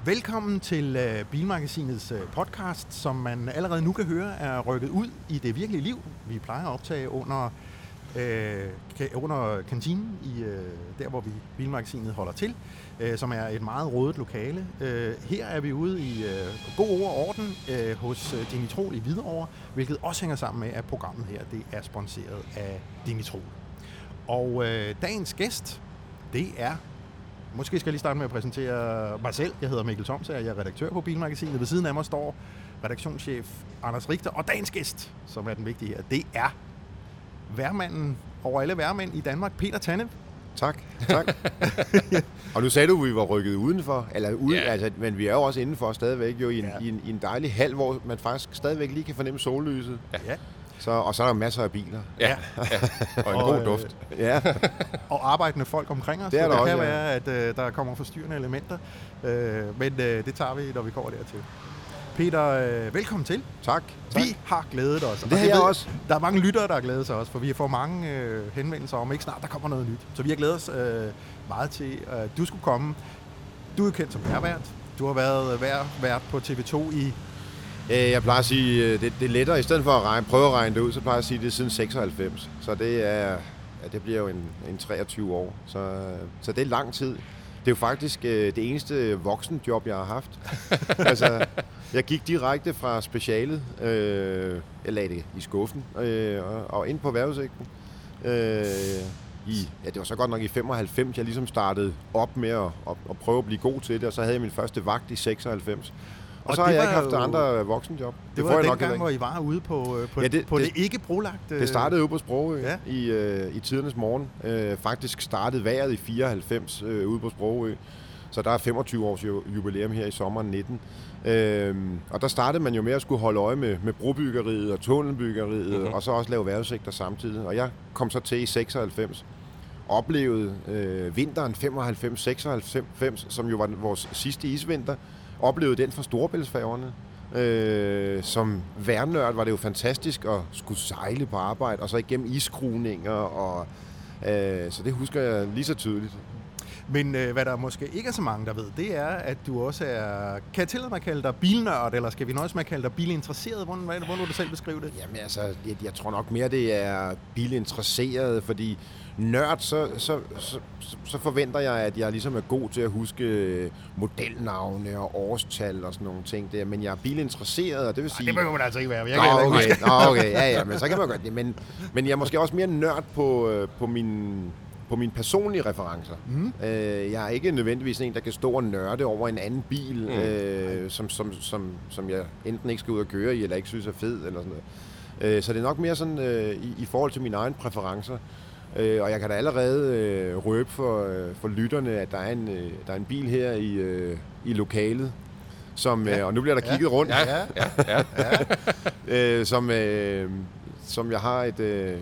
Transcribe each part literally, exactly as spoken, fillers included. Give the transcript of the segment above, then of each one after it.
Velkommen til uh, Bilmagasinets uh, podcast, som man allerede nu kan høre er rykket ud i det virkelige liv. Vi plejer at optage under, uh, under kantinen, i, uh, der hvor vi Bilmagasinet holder til, uh, som er et meget rodet lokale. Uh, her er vi ude i uh, god ord og orden uh, hos uh, Dinitrol i Hvidovre, hvilket også hænger sammen med, at programmet her det er sponsoreret af Dinitrol. Og uh, dagens gæst, det er... Måske skal jeg lige starte med at præsentere mig selv. Jeg hedder Mikkel Thomsager, jeg er redaktør på Bilmagasinet. Ved siden af mig står redaktionschef Anders Richter, og dagens gæst, som er den vigtige her, det er værmanden over alle værmænd i Danmark, Peter Tanev. Tak, tak. Og nu sagde du, at vi var rykket udenfor, eller ude, yeah. altså, men vi er jo også indenfor stadigvæk jo i en, yeah. i, en, i en dejlig hal, hvor man faktisk stadigvæk lige kan fornemme sollyset. Ja. Så, og så er der masser af biler. Ja, ja. Og en og, god duft. Øh, ja. Og arbejdende folk omkring os. Det, er det der kan også, være, ja. at øh, der kommer forstyrrende elementer. Øh, men øh, det tager vi, når vi kommer dertil. Peter, øh, velkommen til. Tak, tak. Vi har glædet os. Det har jeg også. Der er mange lyttere, der har glædet sig også, for vi får mange øh, henvendelser om, ikke snart der kommer noget nyt. Så vi har glædet os øh, meget til, at du skulle komme. Du er kendt som værvært. Du har været vær, vært på T V to i... Jeg plejer at sige, det, det er lettere, i stedet for at regne, prøve at regne det ud, så plejer jeg at sige, det er siden seksoghalvfems. Så det er, ja, det bliver jo en, en treogtyve år, så, så det er lang tid. Det er jo faktisk det eneste voksenjob, jeg har haft. Altså, jeg gik direkte fra specialet, øh, jeg lagde det i skuffen, øh, og, og ind på vejrudsigten. Øh, i, ja, det var så godt nok i femoghalvfems, jeg ligesom startede op med at, at, at prøve at blive god til det, og så havde jeg min første vagt i seksoghalvfems. Og, og så har jeg ikke haft jo, andre voksenjob. Det, det var den gang, hvor I var ude på, på, ja, det, på det, det ikke brolagte... Det startede ude på Sprogø ja. i, øh, i tidernes morgen. Øh, faktisk startede vejret i fireoghalvfems øh, ude på Sprogø. Så der er femogtyve års jubilæum her i sommeren nitten. Øh, og der startede man jo med at skulle holde øje med, med brobyggeriet og tunnelbyggeriet, mm-hmm. og så også lave vejrudsigter samtidig. Og jeg kom så til i seksoghalvfems. Oplevede øh, vinteren femoghalvfems seksoghalvfems, som jo var vores sidste isvinter. Oplevede den fra Storebæltsfærgerne. Øh, som værnørd var det jo fantastisk at skulle sejle på arbejde, og så igennem isskruninger, og, øh, så det husker jeg lige så tydeligt. Men øh, hvad der måske ikke er så mange, der ved, det er, at du også er... Kan jeg tillade mig at kalde dig bilnørd, eller skal vi nøjes med at kalde dig bilinteresseret? Hvordan, hvordan vil du selv beskrive det? Jamen altså, jeg, jeg tror nok mere, det er bilinteresseret, fordi nørd, så, så, så, så forventer jeg, at jeg ligesom er god til at huske modelnavne og årstal og sådan nogle ting der, men jeg er bilinteresseret, og det vil sige... Ej, det behøver man altså ikke være, jeg kan Nå, okay. Nå, okay, ja, ja, men så kan man godt det, men, men jeg er måske også mere nørd på, på min... på mine personlige referencer. Mm. Øh, jeg er ikke nødvendigvis en, der kan stå og nørde over en anden bil, mm. øh, som, som, som, som jeg enten ikke skal ud og køre i, eller ikke synes er fed, eller sådan noget. Øh, så det er nok mere sådan øh, i, i forhold til mine egne præferencer. Øh, og jeg kan da allerede øh, røbe for, øh, for lytterne, at der er en, øh, der er en bil her i, øh, i lokalet, som, ja. øh, og nu bliver der kigget ja. rundt, ja, ja, ja, ja. øh, som, øh, som jeg har et... Øh,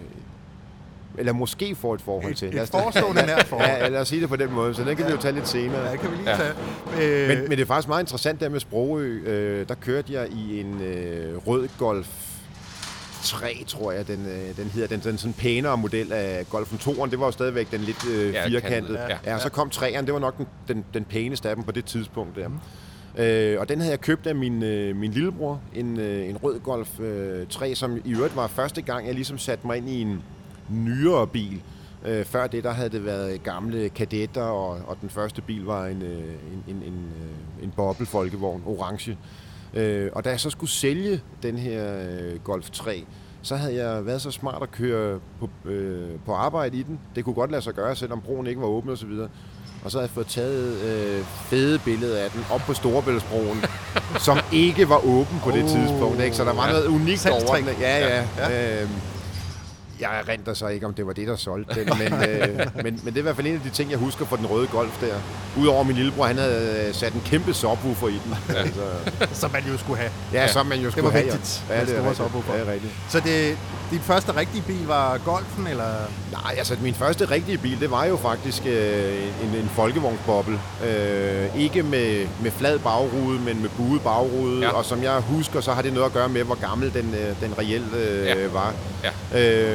eller måske får et forhold til. Et, et forestående nært forhold. Ja, lad os sige det på den måde, så den kan ja. vi jo tage lidt senere. Ja, det kan vi lige ja. tage. Men, men det er faktisk meget interessant der med Sprogø. Øh, der kørte jeg i en øh, rød Golf tre, tror jeg, den, øh, den hedder. Den, den sådan pænere model af Golfen to'eren. Det var jo stadigvæk den lidt øh, ja, firkantede. Ja, ja. ja, så kom tre'eren. Det var nok den, den, den pæneste af dem på det tidspunkt der. Mm. Øh, og den havde jeg købt af min, øh, min lillebror. En, øh, en rød Golf øh, tre, som i øvrigt var første gang, jeg ligesom satte mig ind i en nyere bil. Øh, før det, der havde det været gamle kadetter, og, og den første bil var en, en, en, en, en boble-folkevogn, orange. Øh, og da jeg så skulle sælge den her øh, Golf tre, så havde jeg været så smart at køre på, øh, på arbejde i den. Det kunne godt lade sig gøre, selvom broen ikke var åben og så videre. Og så havde jeg fået taget øh, fede billeder af den op på Storebæltsbroen, som ikke var åben på det oh, tidspunkt. Ikke? Så der var ja. noget unikt over den. Ja, ja. ja. Øh, Jeg erindrer så ikke, om det var det, der solgte den, men, øh, men, men det er i hvert fald en af de ting, jeg husker fra den røde Golf der. Udover min lillebror, han havde sat en kæmpe subwoofer i den. Ja. Altså. Som man jo skulle have. Ja, som man jo skulle have. Det var vigtigt. Ja, det er subwoofer. Ja, rigtigt. Så det, din første rigtige bil var Golfen, eller? Nej, altså min første rigtige bil, det var jo faktisk øh, en, en folkevognsboble. Øh, ikke med, med flad bagrude, men med buet bagrude. Ja. Og som jeg husker, så har det noget at gøre med, hvor gammel den, den reelt øh, ja. var. Ja. Øh,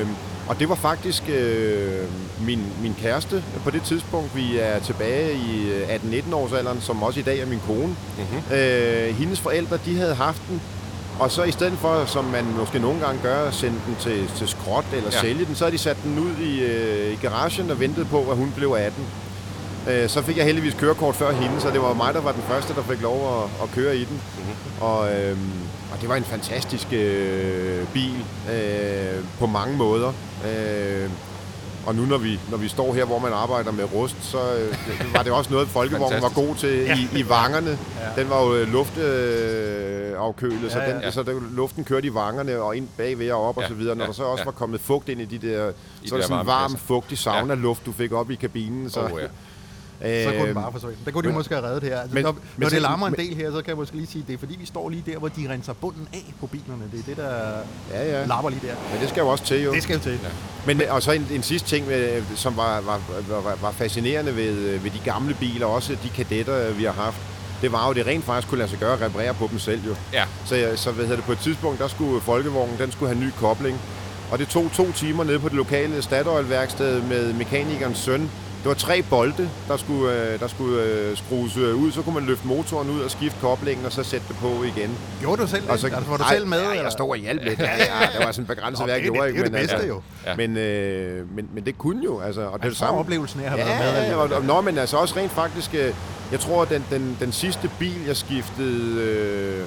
Og det var faktisk øh, min, min kæreste på det tidspunkt. Vi er tilbage i atten nitten års alderen, som også i dag er min kone. Mm-hmm. Øh, hendes forældre, de havde haft den. Og så i stedet for, som man måske nogle gange gør, sende den til, til skrot eller ja. sælge den, så havde de sat den ud i, øh, i garagen og ventede på, at hun blev atten. Øh, så fik jeg heldigvis kørekort før hende, så det var mig, der var den første, der fik lov at, at køre i den. Mm-hmm. Og, øh, og det var en fantastisk øh, bil øh, på mange måder. Øh, og nu når vi, når vi står her, hvor man arbejder med rust, så øh, var det også noget, folkevognen var god til ja. i, i vangerne. Ja. Den var jo luftafkølet, øh, så, ja, ja. Den, så der, luften kørte i vangerne og ind bagved og op ja. og så videre. Når ja. der så også ja. var kommet fugt ind i de der, I så var det sådan en varm, fugtig sauna-luft, du fik op i kabinen. Så, oh, ja. Så kunne den bare forsvinde. Der kunne de måske have reddet her. Altså, men, når men, når det larmer en del her, så kan jeg måske lige sige, det er fordi, vi står lige der, hvor de renser bunden af på bilerne. Det er det, der ja, ja. larmer lige der. Men det skal jo også til, jo. Det skal jo til. Ja. Men, og så en, en sidste ting, som var, var, var, var fascinerende ved, ved de gamle biler, også de kadetter, vi har haft, det var jo, det rent faktisk kunne lade sig gøre at reparere på dem selv, jo. Ja. Så, så hvad hedder det, på et tidspunkt, der skulle folkevognen, den skulle have ny kobling. Og det tog to timer nede på det lokale Statoil-værksted med mekanikernes søn. Det var tre bolde, der skulle, der skulle skrues ud. Så kunne man løfte motoren ud og skifte koblingen, og så sætte det på igen. Gjorde du selv det? Altså, var du ej, selv med? Ja, jeg stod og hjalp lidt. Ja, ja, det var sådan en begrænset værk, jeg gjorde. Det er det bedste altså, jo. Ja. Men, øh, men, men det kunne jo. Altså, og det er det samme oplevelsen, jeg har ja, været med. Ja, og, og, nå, men altså også rent faktisk, jeg tror, at den, den, den sidste bil, jeg skiftede øh,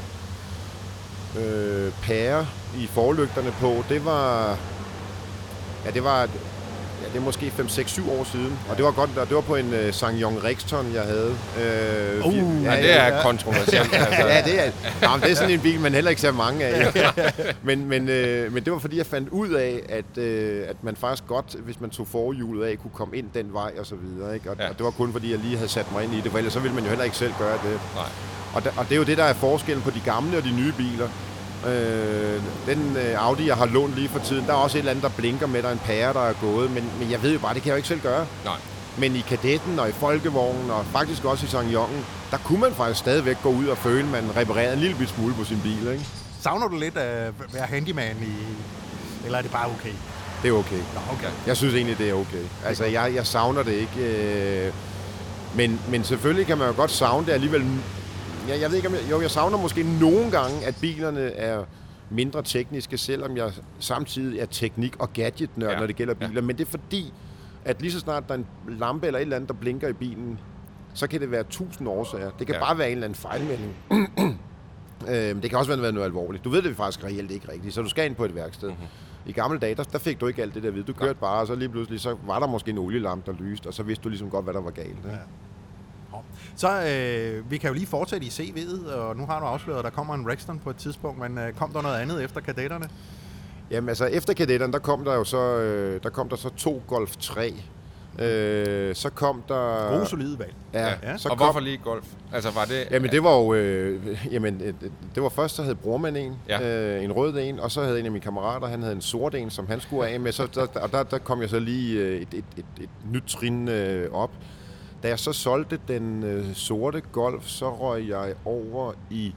øh, pære i forlygterne på, det var... Ja, det var... Ja, det er måske fem, seks, syv år siden. Og det var godt, det var på en uh, SsangYong Rexton, jeg havde. Øh, uh, ja, ja, det er ja. kontroversielt. Altså. ja, det er, jamen, det er sådan en bil, man heller ikke ser mange af. men, men, øh, men det var fordi, jeg fandt ud af, at, øh, at man faktisk godt, hvis man tog forhjulet af, kunne komme ind den vej og så videre. Ikke? Og, ja. og det var kun fordi, jeg lige havde sat mig ind i det, for ellers så ville man jo heller ikke selv gøre det. Nej. Og, da, og det er jo det, der er forskellen på de gamle og de nye biler. Øh, den øh, Audi, jeg har lånt lige for tiden, der er også et eller andet, der blinker med, der er en pære, der er gået, men, men jeg ved jo bare, det kan jeg jo ikke selv gøre. Nej. Men i kadetten og i folkevognen, og faktisk også i SsangYongen, der kunne man faktisk stadigvæk gå ud og føle, at man reparerede en lille bit smule på sin bil, ikke? Savner du lidt at være handyman i... Eller er det bare okay? Det er okay. Nå, okay. Jeg synes egentlig, det er okay. Altså, jeg, jeg savner det ikke. Øh, men, men selvfølgelig kan man jo godt savne det alligevel... Jeg, jeg ved ikke, om jeg, jo, jeg savner måske nogle gange, at bilerne er mindre tekniske, selvom jeg samtidig er teknik- og gadget-nørd, ja. når det gælder biler. Ja. Men det er fordi, at lige så snart der er en lampe eller et eller andet, der blinker i bilen, så kan det være tusind årsager. Det kan ja. bare være en eller anden fejlmelding. øhm, det kan også være noget alvorligt. Du ved det faktisk reelt ikke rigtigt, så du skal ind på et værksted. Mm-hmm. I gamle dage, der, der fik du ikke alt det der ved. Du kørte bare, og så lige pludselig, så var der måske en olielampe, der lyste, og så vidste du ligesom godt, hvad der var galt. Ja. Så øh, vi kan jo lige fortsætte i C V'et, og nu har du afsløret, at der kommer en Rexton på et tidspunkt, men øh, kom der noget andet efter kadetterne? Jamen altså, efter kadetterne, der kom der jo så, øh, der kom der så to Golf tre. Øh, så kom der... Gode, solide valg. Ja. ja. Så og kom... hvorfor lige Golf? Altså var det... Jamen det var jo... Øh, jamen, det var først, så havde brormand en, ja. øh, en rød en, og så havde en af mine kammerater, han havde en sort en, som han skulle af med. Så der, og der, der kom jeg så lige et, et, et, et nyt trin øh, op. Da jeg så solgte den øh, sorte Golf, så røg jeg over i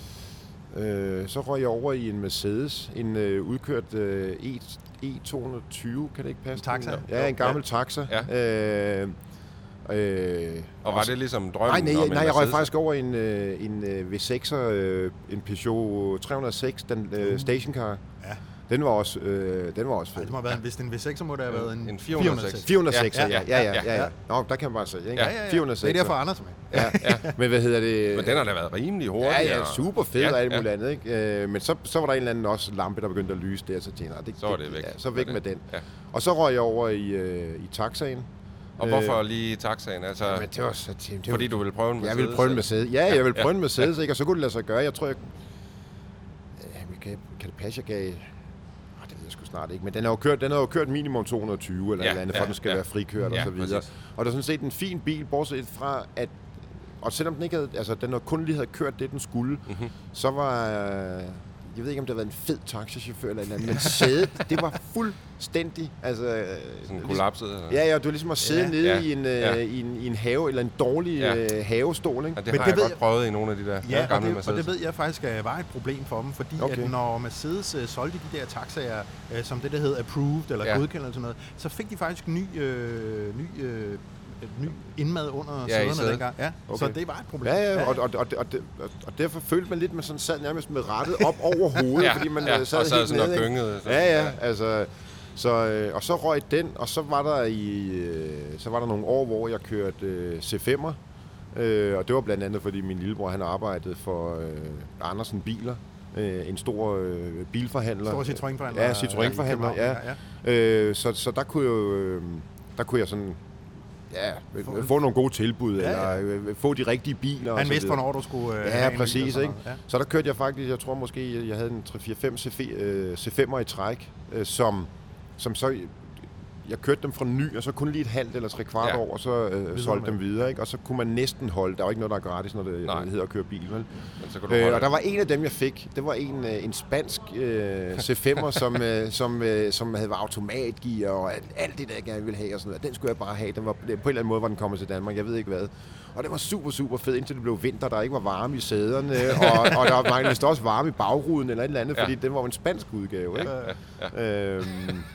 øh, så røg jeg over i en Mercedes, en øh, udkørt øh, E to hundrede og tyve, kan det ikke passe? En Taxa? Ja, en gammel ja. Taxa. Ja. Øh, øh, og var det ligesom drømmen? Nej, nej, nej jeg røg faktisk over en, øh, en øh, V sekser, øh, en Peugeot tre hundrede og seks, den øh, stationcar. Ja. Den var også, øh, den var også fed. Ej, det må have været, hvis den V sekser må det have været en, en fire hundrede og seks. fire hundrede og seks, ja, ja, ja, ja, ja, ja. Nå, der kan man bare sige, ikke? Ja, ja, ja. fire hundrede og seks. Det er derfor Anders med. Ja, ja. Men hvad hedder det? Men den har da været rimelig hurtig. Ja, ja, super fed ja, og alt muligt ja. andet, ikke? Men så, så var der en eller anden også lampe, der begyndte at lyse der, så tænkte jeg, det, så var det væk. Ja, så væk med den. Ja. Og så røg jeg over i, øh, i taxaen. Og hvorfor lige taxaen? Altså, ja, men det var så, det var, fordi du ville prøve en Mercedes? Jeg ville prøve en Mercedes. Ja, jeg ville prøve en Mercedes, ikke? Og så kunne det lade sig gøre. Jeg tror, jeg... Kan, kan det passe, jeg gav... snart ikke, men den har jo kørt, den har jo kørt minimum to hundrede og tyve eller ja, eller andet, for ja, den skal ja. være frikørt ja, og så videre. Præcis. Og der er sådan set en fin bil, bortset fra at, og selvom den ikke havde, altså den kun lige havde kørt det, den skulle, mm-hmm. så var, jeg ved ikke, om det har været en fed taxichauffør eller noget, men sædet, det var fuldstændig, altså... Sådan kollapset? Eller? Ja, ja, det var ligesom at sidde ja. nede ja. i, en, ja. i, en, i en have, eller en dårlig ja. uh, havestol, ikke? Ja, det men har det jeg godt jeg... prøvet i nogle af de der ja, gamle og Mercedes. Ja, og det ved jeg faktisk uh, var et problem for dem, fordi okay. at når Mercedes uh, solgte de der taxaer, uh, som det der hed approved, eller ja. godkendt eller sådan noget, så fik de faktisk ny... Uh, ny uh, et ny indmad under ja, sæderne dengang. Ja, okay. Så det var et problem. Ja, ja, og, og, og, og, og derfor følte man lidt, man sådan sad nærmest med rettet op over hovedet, ja, fordi man ja, sad, og sad helt sådan nede. og gyngede. Ja, ja, ja, altså... Så, øh, og så røg den, og så var der i, øh, så var der nogle år, hvor jeg kørte øh, C fem'er, øh, og det var blandt andet, fordi min lillebror, han arbejdede for øh, Andersen Biler, øh, en stor øh, bilforhandler. Stor Citroën-forhandler. Ja, Citroën-forhandler, ja. ja, ja. Øh, så, så der kunne jeg jo, øh, der kunne jeg sådan... Ja, få nogle gode tilbud, ja, ja. eller øh, få de rigtige biler. Han vidste, hvornår du skulle øh, ja, præcis, ikke? Ja. Så der kørte jeg faktisk, jeg tror måske, jeg havde en tre fire fem C fem'er i træk, øh, som, som så... Jeg kørte dem fra ny, og så kun lige et halvt eller tre kvart ja. år, og så øh, solgte dem videre, ikke? Og så kunne man næsten holde. Der er jo ikke noget, der er gratis, når det, det hedder at køre bil, vel? Så øh, og der var en af dem, jeg fik. Det var en, en spansk øh, C fem'er, som, øh, som, øh, som havde automatgear og alt, alt det, der jeg gerne ville have. Og sådan noget. Den skulle jeg bare have. Den var, på en eller anden måde var den kommet til Danmark. Jeg ved ikke hvad. Og det var super, super fed, indtil det blev vinter. Der ikke var varme i sæderne, og, og der var vist også varme i bagruden eller et eller andet, ja. fordi den var en spansk udgave, ikke? Ja, ja. Øhm,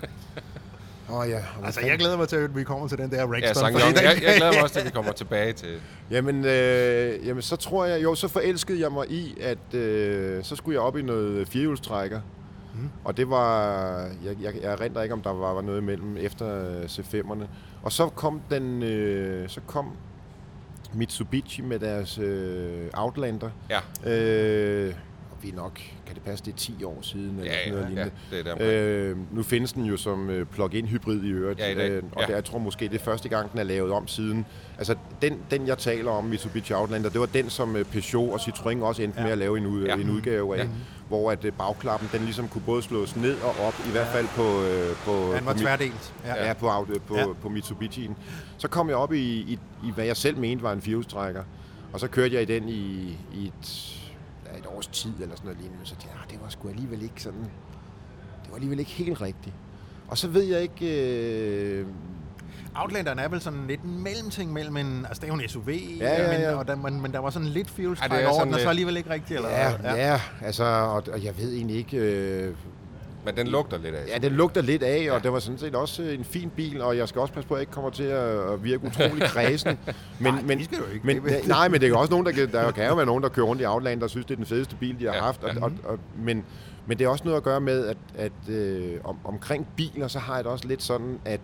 Oh, ja. Altså, jeg glæder mig til, at vi kommer til den der Rexton. Ja, jeg, jeg glæder mig også til, at vi kommer tilbage til... Jamen, øh, jamen, så tror jeg... Jo, så forelskede jeg mig i, at øh, så skulle jeg op i noget firehjulstrækker. Mm. Og det var... Jeg, jeg, jeg erindrer ikke, om der var, var noget imellem efter C fem'erne. Og så kom den... Øh, så kom Mitsubishi med deres øh, Outlander. Ja. Øh, vi nok, kan det passe, det er ti år siden, eller ja, sådan noget ja, lignende. Ja, det er øh, nu findes den jo som øh, plug-in hybrid i øvrigt, ja, i øh, og ja. det, jeg tror måske, det er første gang, den er lavet om siden. Altså, den, den jeg taler om, Mitsubishi Outlander, det var den, som øh, Peugeot og Citroën også endte ja. med at lave en, ud, ja. en udgave af, ja. hvor at øh, bagklappen, den ligesom kunne både slås ned og op, i hvert fald på... Øh, på den var på tværdelt. Ja, ja på, på, ja. på Mitsubishi'en. Så kom jeg op i, i, i, hvad jeg selv mente var en firehjulstrækker, og så kørte jeg i den i, i et... et års tid eller sådan noget lignende, så tænkte jeg, det var sgu alligevel ikke sådan, det var alligevel ikke helt rigtigt. Og så ved jeg ikke... Øh... Outlanderen er vel sådan lidt en mellemting mellem en, altså det er jo en S U V, ja, ja, ja. Men, og der, men, men der var sådan lidt fjolstræk over den, og så alligevel ikke rigtigt, eller ja, ja, ja, altså, og, og jeg ved egentlig ikke... Øh... Men den lugter lidt af. Ja, den lugter lidt af, ja. og det var sådan set også en fin bil, og jeg skal også passe på, at jeg ikke kommer til at virke utrolig kredsen. Men, nej, men, det skal du ikke. Men, nej, men det er også nogen, der kan, der kan jo være nogen, der kører rundt i Outlander, der synes, det er den fedeste bil, de har ja, haft. Og, ja. og, og, men, men det er også noget at gøre med, at, at øh, om, omkring biler, så har jeg det også lidt sådan, at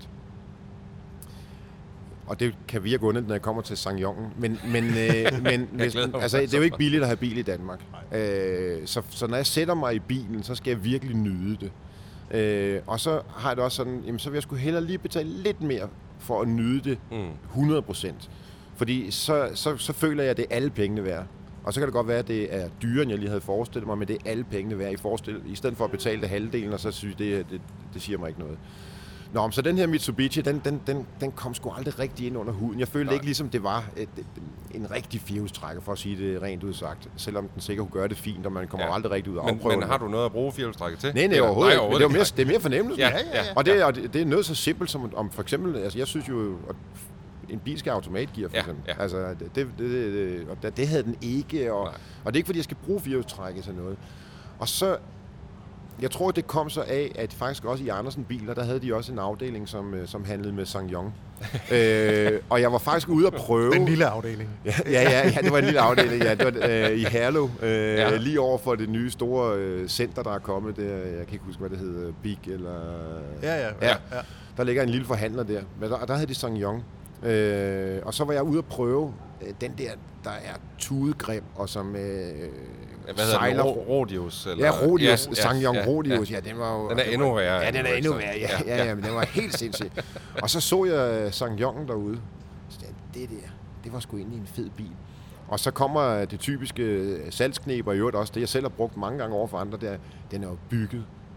og det kan virke ondt, når jeg kommer til Sangyong, men, men, øh, men hvis, altså, det er jo ikke billigt at have bil i Danmark. Øh, så, så når jeg sætter mig i bilen, så skal jeg virkelig nyde det. Øh, og så har jeg det også sådan, jamen, så vil jeg sgu hellere lige betale lidt mere for at nyde det hundrede procent. Fordi så, så, så føler jeg, at det er alle pengene værd. Og så kan det godt være, at det er dyrere, end jeg lige havde forestillet mig, men det er alle pengene værd i, i stedet for at betale det halvdelen, og så synes jeg, det, det, det siger mig ikke noget. Nå, så den her Mitsubishi, den, den, den, den kom sgu aldrig rigtig ind under huden. Jeg følte Nej. ikke ligesom, det var et, et, en rigtig firehjulstrækker, for at sige det rent udsagt. Selvom den sikkert kunne gøre det fint, og man kommer ja. aldrig rigtig ud af men, men har du noget at bruge firehjulstrækker til? Nej, nej, overhovedet, nej, overhovedet det, er mere, det er mere fornemmelse. Ja, ja, ja, og, det, og det, det er noget så simpelt som, om for eksempel, altså jeg synes jo, at en bil skal automatgear, for eksempel. Ja, ja. Altså, det, det, det, det, og det, det havde den ikke, og, og det er ikke, fordi jeg skal bruge firehjulstrækker til noget. Og så... Jeg tror, det kom så af, at faktisk også i Andersen Biler, der havde de også en afdeling, som, som handlede med Sangyong. øh, og jeg var faktisk ude at prøve... Den lille afdeling. Ja, ja, ja, ja det var en lille afdeling. Ja, det var øh, i Herlev, øh, ja. lige over for det nye store øh, center, der er kommet. Der, jeg kan ikke huske, hvad det hedder, Big eller... Ja, ja, ja. ja. Der ligger en lille forhandler der. Men der, der havde de Sangyong. Øh, og så var jeg ude at prøve øh, den der, der er tudegrim, og som... Øh, Hvad hedder den? Rodius? Eller? Ja, Rodius. Ja, Sangyong ja, Rodius. Ja, den var jo... Den er endnu værre. Ja, den er endnu værre. Ja, ja, ja, ja, men den var helt sindssyg. Og så så jeg Sangyong derude. Så det der, det var sgu egentlig en fed bil. Og så kommer det typiske salgskneb, og i øvrigt også det, jeg selv har brugt mange gange over for andre, der, den er jo bygget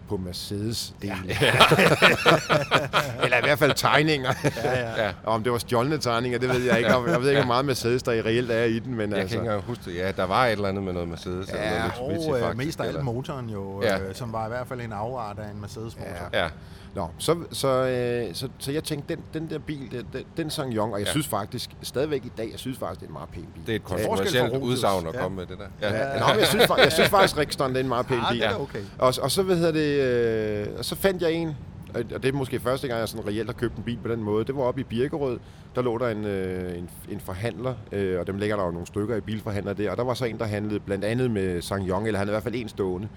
på Mercedes-dele. Ja. Eller i hvert fald tegninger. Ja, ja. Ja. Om det var stjålne tegninger, det ved jeg ikke. Jeg ved ikke, hvor meget Mercedes der reelt er i den. Men jeg altså. kan ikke engang huske det. Ja, der var et eller andet med noget Mercedes. Ja, eller noget og øh, mest af alt motoren jo, ja. øh, som var i hvert fald en afart af en Mercedes-motor. Ja. Ja. Nå, så, så, øh, så, så jeg tænkte, den, den der bil, den, den SsangYong, og jeg ja. synes faktisk, stadigvæk i dag, jeg synes faktisk, det er en meget pæn bil. Det er et kontroversielt udsagn at ja. komme med det der. Ja. Ja. Nå, men jeg synes, jeg synes faktisk, Rexton, det er en meget pæn ja, bil. Det er okay. Og, og så, hvad hedder det, øh, og så fandt jeg en, og det er måske første gang, jeg sådan reelt har købt en bil på den måde. Det var oppe i Birkerød, der lå der en, øh, en, en forhandler, øh, og dem ligger der jo nogle stykker i bilforhandler der, og der var så en, der handlede blandt andet med SsangYong, eller han er i hvert fald en stående.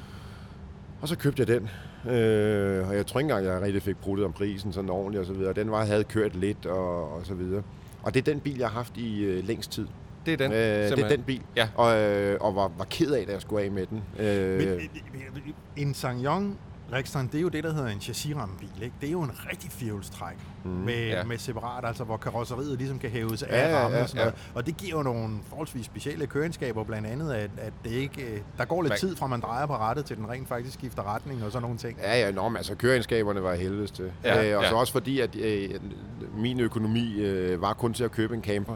Og så købte jeg den, øh, og jeg tror ikke engang, jeg rigtig fik pruttet om prisen sådan ordentligt og så videre. Den var, havde kørt lidt og, og så videre. Og det er den bil, jeg har haft i øh, længst tid. Det er den, øh, Det er den bil, ja. og, øh, og var, var ked af, da jeg skulle af med den. Øh, Men en SsangYong Rexton, det er jo det, der hedder en chassisrammebil, ikke? Det er jo en rigtig firehjulstræk mm, med, ja. med separat, altså hvor karrosseriet ligesom kan hæves af ja, rammen ja, og sådan noget. ja. Og det giver jo nogle forholdsvis specielle køreegenskaber, blandt andet, at, at det ikke, der går lidt man, tid fra, man drejer på rattet, til den rent faktisk skifter retning og sådan nogle ting. Ja, ja, enormt. Altså køreegenskaberne var helvedes til. Ja, øh, og ja. så også fordi, at øh, min økonomi øh, var kun til at købe en camper.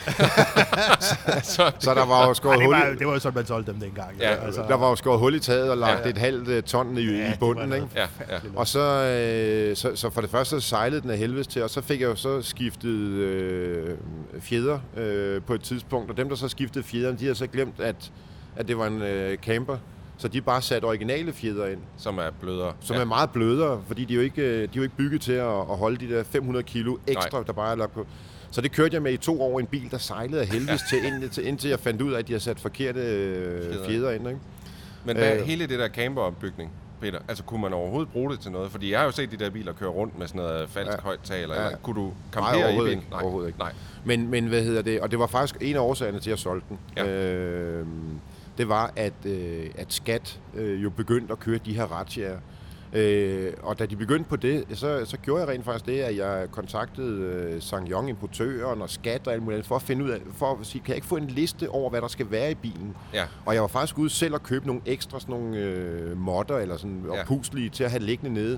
så, så, så der var jo skåret Ej, det, var, var, det var jo sådan, man solgte dem dengang. Ja, altså, der var jo skåret hul i taget og lagt ja, ja. et halvt ton i, ja, i bunden, ikke? Ja, ja. Og så, øh, så, så for det første så sejlede den af helvedes til, og så fik jeg jo så skiftet øh, fjeder øh, på et tidspunkt, og dem, der så skiftede fjederen, de havde så glemt, at, at det var en øh, camper, så de bare satte originale fjeder ind. Som er blødere. Som ja. er meget blødere, fordi de er jo ikke, de er jo ikke bygget til at, at holde de der fem hundrede kilo ekstra, Nej. der bare er lagt på. Så det kørte jeg med i to år, en bil, der sejlede af helvedes til, indtil, indtil jeg fandt ud af, at de havde sat forkerte øh, fjeder ind. Ikke? Men hvad, øh, hele det der camperopbygning, Peter, altså kunne man overhovedet bruge det til noget? Fordi jeg har jo set de der biler køre rundt med sådan noget falsk ja. højt tag, eller, ja. eller kunne du campere i bilen? Ikke. Nej, overhovedet ikke. Nej. Men, men hvad hedder det? Og det var faktisk en af årsagerne til, at jeg solgte den. Ja. Øh, det var, at, øh, at Skat øh, jo begyndte at køre de her razziaer. Øh, og da de begyndte på det, så, så gjorde jeg rent faktisk det, at jeg kontaktede øh, SsangYong-importøren og Skat og alt muligt for at finde ud af, for at sige, kan jeg ikke få en liste over, hvad der skal være i bilen? Ja. Og jeg var faktisk ude selv at købe nogle ekstra sådan nogle øh, modder eller sådan ja. oppuslige til at have liggende nede.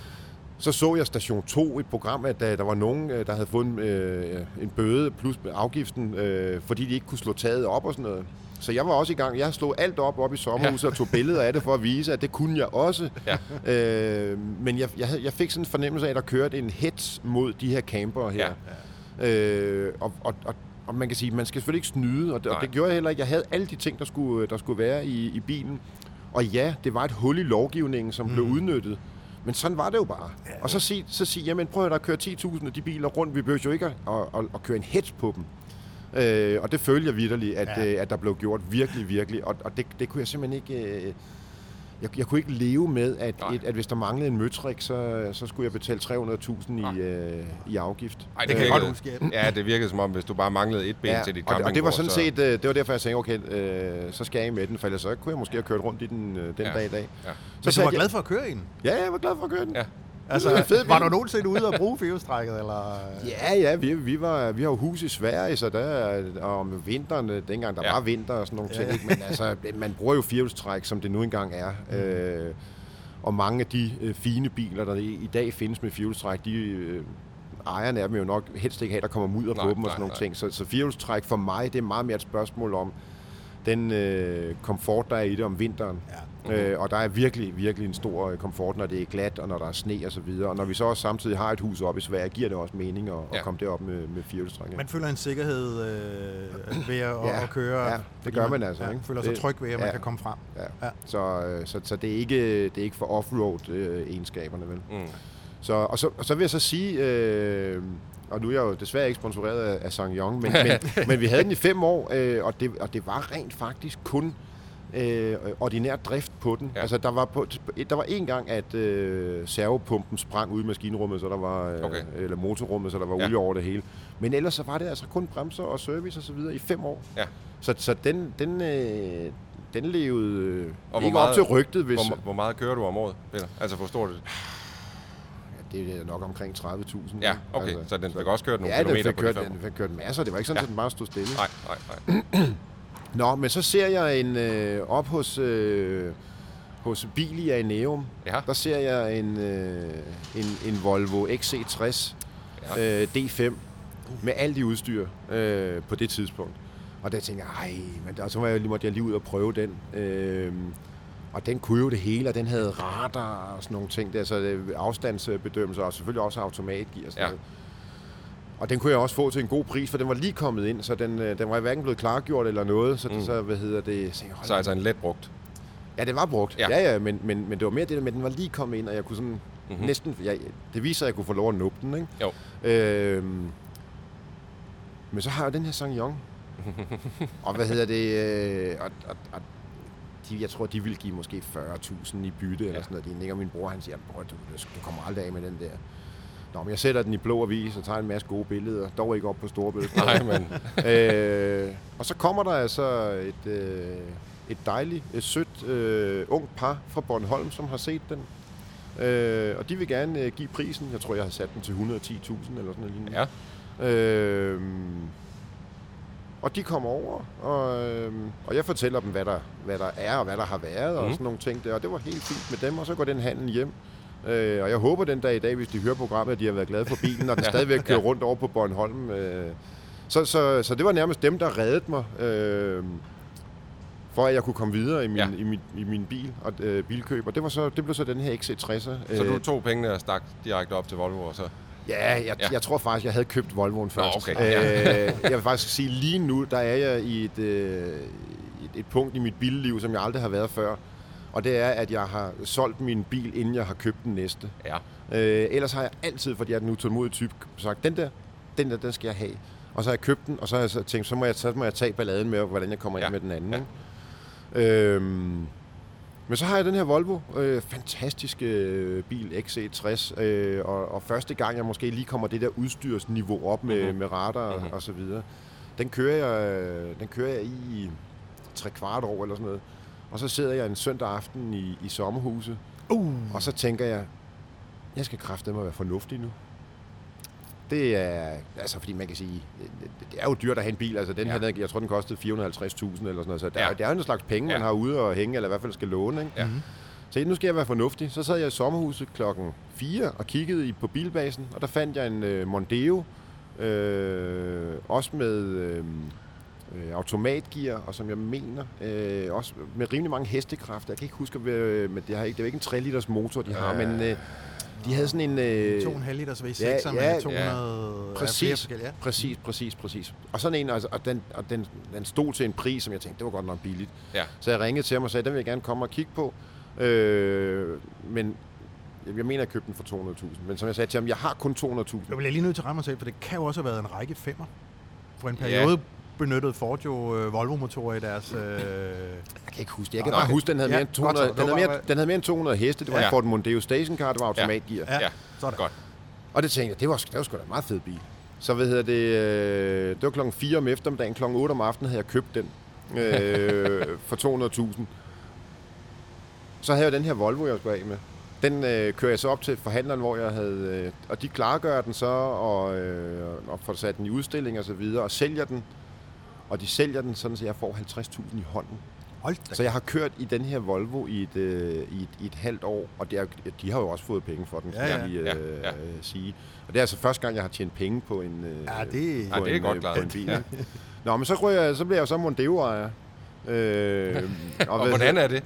Så så jeg Station to, et program, at der, der var nogen, der havde fået en, øh, en bøde plus afgiften, øh, fordi de ikke kunne slå taget op og sådan noget. Så jeg var også i gang. Jeg slog alt op op i sommerhuset ja. og tog billeder af det for at vise, at det kunne jeg også. Ja. Øh, men jeg, jeg, jeg fik sådan en fornemmelse af, at der kørte en hets mod de her campere her. Ja. Øh, og, og, og, og man kan sige, man skal selvfølgelig ikke snyde, og det, og det gjorde jeg heller ikke. Jeg havde alle de ting, der skulle, der skulle være i, i bilen. Og ja, det var et hul i lovgivningen, som mm. blev udnyttet. Men sådan var det jo bare. Ja. Og så sige, så sig, jamen prøv at der kører ti tusind af de biler rundt. Vi behøver jo ikke at, at, at køre en hets på dem. Øh, og det følte jeg vitterligt, at, ja. øh, at der blev gjort virkelig, virkelig. Og, og det, det kunne jeg simpelthen ikke... Øh, jeg, jeg kunne ikke leve med, at, et, at hvis der manglede en møtrik, så, så skulle jeg betale tre hundrede tusind i, øh, i afgift. Ej, det kan jeg godt huske. Ja, det virkede som om, hvis du bare manglede et ben ja, til dit campingvogn. Og det var sådan set, øh, det var derfor, jeg tænkte, okay, øh, så skal jeg af med den, for ellers så kunne jeg måske have kørt rundt i den øh, den ja. dag i dag. Ja. Så, så du var glad for at køre i den? Ja, jeg var glad for at køre den. Ja. Altså, var du nogensinde ude og bruge firehjulstrækket, eller? Ja, ja, vi, vi, var, vi har jo hus i Sverige, så der, og om vinteren, dengang der ja. var vinter og sådan nogle ja. ting, men altså, man bruger jo firehjulstræk, som det nu engang er. Mm. Øh, og mange af de øh, fine biler, der i, i dag findes med firehjulstræk, de øh, ejerne af dem jo nok helst ikke have, der kommer mudder på dem og sådan nogle nej. ting. Så, så firehjulstræk for mig, det er meget mere et spørgsmål om den øh, komfort, der er i det om vinteren. Ja. Mm-hmm. Øh, og der er virkelig, virkelig en stor komfort, når det er glat, og når der er sne og så videre. Og når vi så også samtidig har et hus oppe i Sverige, giver det også mening at, ja. at komme derop med, med firehjulstræk. Man føler en sikkerhed øh, ved at, ja. at køre. Ja, det gør man altså. Ja, ikke? føler sig tryg ved, at man ja. kan komme frem. Ja. Ja. Så, så, så det er ikke, det er ikke for offroad øh, egenskaberne, vel? Mm. Så, og, så, og så vil jeg så sige... Øh, og nu er jeg jo desværre ikke sponsoreret af, af SsangYong, men, men, men vi havde den i fem år, øh, og, det, og det var rent faktisk kun øh, ordinær drift på den. Ja. Altså, der var, på, der var en gang, at øh, servopumpen sprang ud i maskinrummet, så der var, øh, okay. eller motorrummet, så der var ja. olie over det hele. Men ellers så var det altså kun bremser og service og så videre i fem år. Ja. Så, så den, den, øh, den levede øh, ikke meget, op til rygtet. Hvis, hvor, hvor meget kører du om året, Peter? Altså, forstår du det? Det er nok omkring tredive tusind. Ja, okay. Altså, så den fik også kørt nogle ja, kilometer på Ja, den fik kørt masser. Det var ikke sådan, ja. at den bare stod stille. Nej, nej, nej. Nå, men så ser jeg en øh, op hos, øh, hos Bilia i Neum, ja. der ser jeg en, øh, en, en Volvo X C tres ja. øh, D fem med alt i udstyr øh, på det tidspunkt. Og der tænkte jeg, ej, men der, så var jeg, måtte jeg lige ud og prøve den. Øh, og den kunne jo det hele, og den havde radar og sådan nogle ting. Der, så afstandsbedømmelser og selvfølgelig også automatgear og sådan ja. noget. Og den kunne jeg også få til en god pris, for den var lige kommet ind, så den, den var hverken blevet klargjort eller noget. Så, det, mm. så hvad hedder det? Så, så altså en let brugt? Ja, den var brugt. Ja, ja, ja men, men, men det var mere det der med, at den var lige kommet ind, og jeg kunne sådan mm-hmm. næsten... Jeg, det viser, at jeg kunne få lov at nuppe den, ikke? Jo. Øhm, men så har jeg den her SsangYong. og hvad hedder det? Øh, og, og, og de, jeg tror, de ville give måske fyrre tusind i bytte, ja. eller sådan noget. De nikker min bror, han siger, bror, du, du kommer aldrig af med den der. Nå, men jeg sætter den i blå avis og tager en masse gode billeder. Dog ikke op på storebilledet. Nej, men... øh, og så kommer der altså et, øh, et dejligt, et sødt, øh, ungt par fra Bornholm, som har set den. Øh, og de vil gerne øh, give prisen. Jeg tror, jeg har sat den til et hundrede og ti tusind eller sådan noget. Ja. Øh, og de kommer over, og, øh, og jeg fortæller dem, hvad der, hvad der er og hvad der har været mm. og sådan nogle ting der. Og det var helt fint med dem, og så går den handel hjem. Øh, og jeg håber den dag i dag, hvis de hører programmet, at de har været glade for bilen, og den ja, stadigvæk kører ja. rundt over på Bornholm. Øh. Så, så, så det var nærmest dem, der reddede mig, øh, for at jeg kunne komme videre i min, ja. i min, i min bil og øh, bilkøb. Og det, var så, det blev så den her X C tres'er. Så du tog pengene og stak direkte op til Volvo og så? Ja, jeg, ja. jeg tror faktisk, jeg havde købt Volvoen først. Nå, okay. øh, jeg vil faktisk sige, lige nu, der er jeg i et, øh, et, et punkt i mit billiv, som jeg aldrig har været før. Og det er, at jeg har solgt min bil, inden jeg har købt den næste. Ja. Øh, ellers har jeg altid, fordi jeg er den utålmodige type, sagt, den der, den der, den skal jeg have. Og så har jeg købt den, og så har jeg så tænkt, så må jeg, så må jeg tage balladen med, hvordan jeg kommer ja. ind med den anden. Ja. Øhm, men så har jeg den her Volvo, øh, fantastiske øh, bil, X C tres, øh, og, og første gang, jeg måske lige kommer det der udstyrsniveau op med, mm-hmm. med radar mm-hmm. og så videre, den kører jeg, den kører jeg i tre kvart år eller sådan noget. Og så sidder jeg en søndag aften i, i sommerhuset, uh. og så tænker jeg, jeg skal kraftedeme være fornuftig nu. Det er, altså fordi man kan sige, det, det er jo dyrt at have en bil, altså den ja. her, jeg tror den kostede fire hundrede og halvtreds tusind eller sådan noget, så der, ja. det er jo en slags penge, ja. man har ude og hænge, eller i hvert fald skal låne, ikke? Ja. Så nu skal jeg være fornuftig. Så sad jeg i sommerhuset klokken fire og kiggede i, på bilbasen, og der fandt jeg en øh, Mondeo, øh, også med... Øh, Øh, automatgear, og som jeg mener, øh, også med rimelig mange hestekræfter. Jeg kan ikke huske, øh, men det, har ikke, det er jo ikke en tre liters motor, de har, øh, men øh, de havde sådan en... Øh, to komma fem liters V seks ja, ja, med to hundrede... Ja. Præcis, ja. præcis, præcis, præcis. Og sådan en, altså, og, den, og den, den stod til en pris, som jeg tænkte, det var godt nok billigt. Ja. Så jeg ringede til ham og sagde, den vil jeg gerne komme og kigge på. Øh, men jeg mener, jeg købte den for to hundrede tusind. Men som jeg sagde til ham, jeg har kun to hundrede tusind. Jeg bliver lige nødt til at ramme mig selv, for det kan jo også have været en række femmer. For en periode... Ja. benyttede Ford jo øh, Volvo-motorer i deres... Øh... Jeg kan ikke huske det. Jeg kan okay. bare huske, den havde, ja, mere end to hundrede, godt, den, havde mere, den havde mere end to hundrede heste. Det var ja. en Ford Mondeo stationcar, det var automatgear. Ja, ja. Så er det godt. Og det tænkte jeg, det var, det var sgu da en meget fed bil. Så hvad hedder det... Øh, det var klokken fire om eftermiddagen, klokken otte om aftenen havde jeg købt den øh, for to hundrede tusind. Så havde jeg den her Volvo, jeg skulle af med. Den øh, kører jeg så op til forhandleren, hvor jeg havde... Øh, og de klargør den så, og, øh, og får sat den i udstilling og så videre, og sælger den. Og de sælger den sådan, så jeg får halvtreds tusind i hånden. Hold da. Så jeg har kørt i den her Volvo i et, øh, i et, i et halvt år, og det er, de har jo også fået penge for den, kan ja, ja. jeg lige øh, ja, ja. sige. Og det er altså første gang, jeg har tjent penge på en, øh, ja, det, på ja, det er en, godt øh, klart. en bil. Ja. Nå, men så, jeg, så bliver jeg jo så Mondeo-ejer. Øh, og og hvordan er det?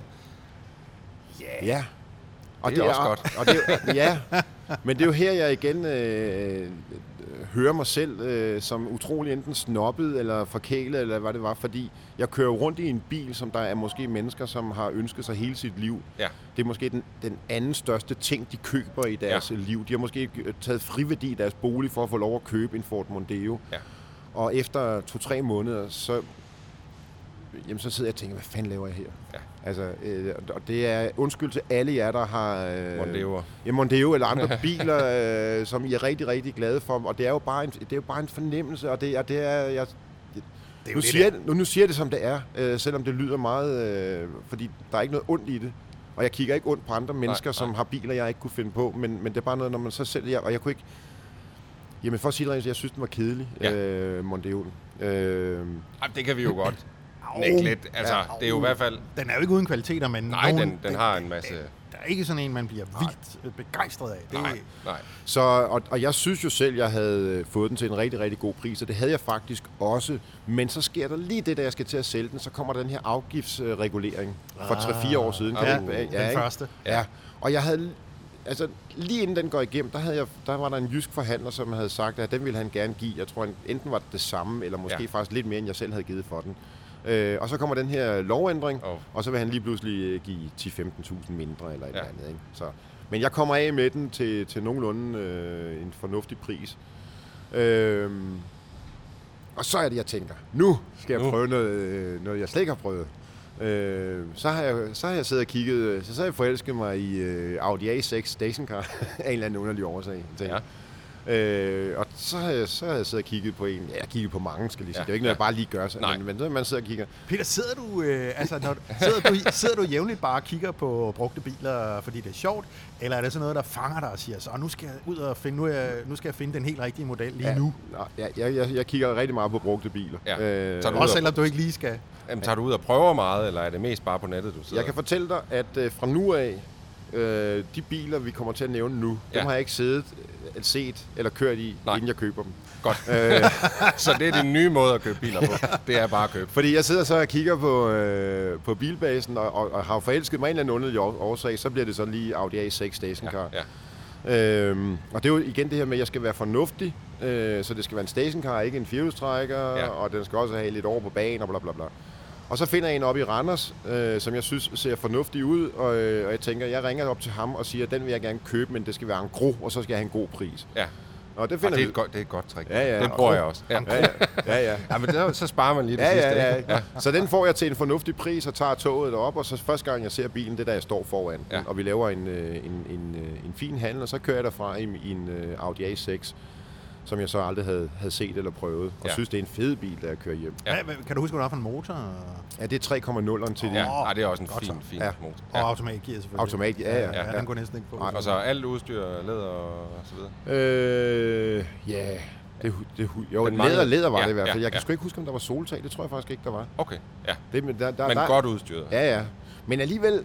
Yeah. Ja. Og det er, det er også godt. Og det, ja, men det er jo her, jeg igen øh, hører mig selv øh, som utrolig enten snobbet eller forkælet, eller hvad det var, fordi jeg kører rundt i en bil, som der er måske mennesker, som har ønsket sig hele sit liv. Ja. Det er måske den, den anden største ting, de køber i deres ja. liv. De har måske taget friværdi i deres bolig for at få lov at købe en Ford Mondeo. Ja. Og efter to-tre måneder, så, jamen, så sidder jeg og tænker, hvad fanden laver jeg her? Ja. Altså, øh, og det er undskyld til alle jer, der har øh, Mondeo. Ja, Mondeo eller andre biler, øh, som I er rigtig, rigtig glade for. Og det er jo bare en, det er jo bare en fornemmelse, og det er, det er jeg, det, det er nu, det, siger jeg, nu, nu siger jeg det, som det er, øh, selvom det lyder meget, øh, fordi der er ikke noget ondt i det. Og jeg kigger ikke ondt på andre mennesker, nej, som nej. har biler, jeg ikke kunne finde på, men, men det er bare noget, når man så selv... Jeg, og jeg kunne ikke... Jamen for at sige det, jeg synes, den var kedelig, ja. øh, Mondeoen. Øh, Jamen, det kan vi jo godt. Næk lidt. Altså, Ja, det er jo i hvert fald... Den er jo ikke uden kvaliteter, men... Nej, nogen, den, den har en masse... Der er ikke sådan en, man bliver vildt begejstret af. Det, Nej, nej. Så, og, og jeg synes jo selv, jeg havde fået den til en rigtig, rigtig god pris, og det havde jeg faktisk også. Men så sker der lige det, da jeg skal til at sælge den, så kommer den her afgiftsregulering for tre fire år siden. Ja, Kan den ja, første. Ja, og jeg havde... Altså, lige inden den går igennem, der, havde jeg, der var der en jysk forhandler, som havde sagt, at den ville han gerne give. Jeg tror, enten var det det samme, eller måske ja. faktisk lidt mere, end jeg selv havde givet for den. Øh, og så kommer den her lovændring, oh. og så vil han lige pludselig give ti til femten tusind mindre, eller et ja. eller andet. Ikke? Så, men jeg kommer af med den til, til nogenlunde øh, en fornuftig pris. Øh, og så er det, jeg tænker, nu skal jeg prøve noget, noget jeg slet ikke har prøvet. Øh, så, har jeg, så har jeg siddet og kigget, så har jeg forelsket mig i øh, Audi A seks stationcar af en eller anden underlig årsag. Ja. Øh, og så har, jeg, så har jeg siddet og kigget på en, ja, jeg kigget på mange, skal lige sige. Ja, det er jo ikke noget, ja. jeg bare lige gør, så, men, men så man sidder og kigger. Peter, sidder du, øh, altså, når, sidder, du, sidder du jævnligt bare og kigger på brugte biler, fordi det er sjovt, eller er det sådan noget, der fanger dig og siger, så nu skal jeg ud og finde, nu, jeg, nu skal jeg finde den helt rigtige model lige ja, nu? Ja, jeg, jeg, jeg kigger rigtig meget på brugte biler. Ja. Øh, Også selvom du ikke lige skal... Jamen, tager du ud og prøver meget, eller er det mest bare på nettet, du sidder? Jeg kan fortælle dig, at øh, fra nu af, øh, de biler, vi kommer til at nævne nu, ja. dem har jeg ikke siddet, set eller kørt i, Nej. inden jeg køber dem. Godt. Øh. Så det er din nye måde at købe biler på. Det er bare at købe. Fordi jeg sidder så og kigger på, øh, på bilbasen, og, og, og har forelsket mig en eller anden underlig årsag, så bliver det så lige Audi A seks stationcar. Ja, ja. Øhm, og det er jo igen det her med, at jeg skal være fornuftig, øh, så det skal være en stationcar, ikke en firehjulstrækker, ja. og den skal også have lidt over på banen og bla bla bla. Og så finder jeg en op i Randers, øh, som jeg synes ser fornuftig ud, og, øh, og jeg tænker, jeg ringer op til ham og siger, at den vil jeg gerne købe, men det skal være en gro, og så skal jeg have en god pris. Ja. Og det, finder og det, er et godt, det er et godt trick. Ja, ja. Den bruger jeg også. Ja, ja, ja. ja, ja. ja men der, så sparer man lige det ja, sidste. Ja, ja, ja. Så den får jeg til en fornuftig pris, og tager toget derop, og så første gang jeg ser bilen, det er der jeg står foran, ja. og vi laver en, en, en, en fin handel, og så kører jeg derfra i, i en Audi A seks, som jeg så aldrig havde, havde set eller prøvet, og ja. synes, det er en fed bil, da jeg kører hjem. Ja. Kan du huske, hvad det var for en motor? Ja, det er tre komma nul til oh, det. Ja, ja, det er også en fin, fin ja. motor. Ja. Og automatgear selvfølgelig. Automat, ja, ja. ja, ja. Den går næsten ikke på. Nej, og så alt udstyr, læder og så videre? Øh, ja, det, det, jo, læder, læder var ja, det i hvert fald. Ja, jeg kan ja. sgu ikke huske, om der var soltag. Det tror jeg faktisk ikke, der var. Okay, ja. Det, men der, der, men der, godt udstyret. Ja, ja. Men alligevel...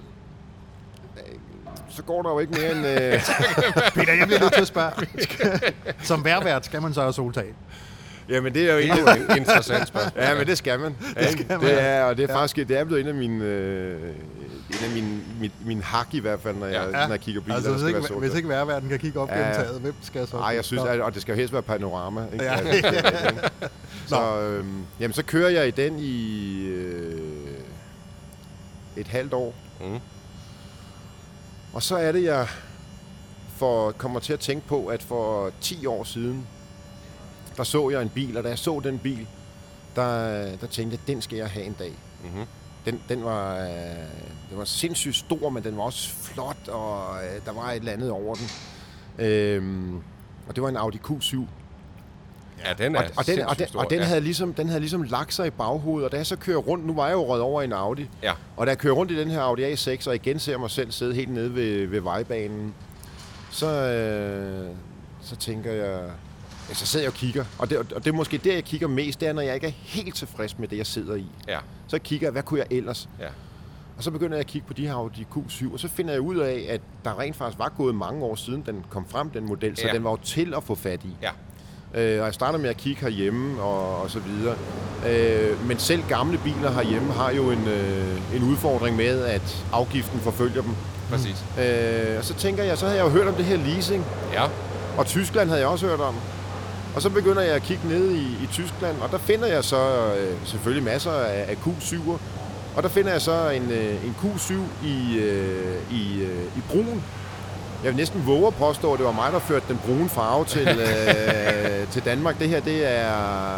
så går der jo ikke mere end... Øh... Peter, jeg bliver nødt til at spørge. Som værvært skal man så have soltag? Jamen, det er jo egentlig et interessant spørgsmål. Ja, men det skal man. Det skal man. Det er, og det er ja. faktisk det er blevet en af mine, øh, en af mine, min, min hak i hvert fald, når jeg, ja. når jeg kigger biler, altså, der skal ikke, være soltag. Hvis ikke værværden kan kigge op gennem ja. taget, hvem skal så? Nej, jeg synes, at, og det skal jo helst være panorama. Ikke? Ja. Altså, så, øh, jamen, så kører jeg i den i øh, et halvt år. Mm. Og så er det, jeg for, kommer til at tænke på, at for ti år siden, der så jeg en bil, og da jeg så den bil, der, der tænkte jeg, den skal jeg have en dag. Mm-hmm. Den, den, var, den var sindssygt stor, men den var også flot, og der var et eller andet over den. Øhm, og det var en Audi Q syv. Ja, den er og, og den, og den, stor. Og den, ja. havde ligesom, den havde ligesom lagt sig i baghovedet, og da jeg så kører rundt, nu var jeg jo røget over i en Audi, ja. og da jeg kører rundt i den her Audi A seks, og igen ser mig selv sidde helt nede ved, ved vejbanen, så, øh, så tænker jeg, ja, så sidder jeg og kigger, og det, og det er måske der, jeg kigger mest, det er, når jeg ikke er helt tilfreds med det, jeg sidder i. Ja. Så kigger jeg, hvad kunne jeg ellers? Ja. Og så begynder jeg at kigge på de her Audi Q syv, og så finder jeg ud af, at der rent faktisk var gået mange år siden, den kom frem, den model, så ja. den var jo til at få fat i. Ja. Øh, og jeg starter med at kigge herhjemme og, og så videre. Øh, men selv gamle biler herhjemme har jo en, øh, en udfordring med, at afgiften forfølger dem. Præcis. Øh, og så tænker jeg, så havde jeg jo hørt om det her leasing. Ja. Og Tyskland havde jeg også hørt om. Og så begynder jeg at kigge ned i, i Tyskland, og der finder jeg så øh, selvfølgelig masser af, af Q syv'er. Og der finder jeg så en, øh, en Q syv i, øh, i, øh, i brun. Jeg vil næsten våge at påstå, at det var mig, der førte den brune farve til, øh, til Danmark. Det her, det er...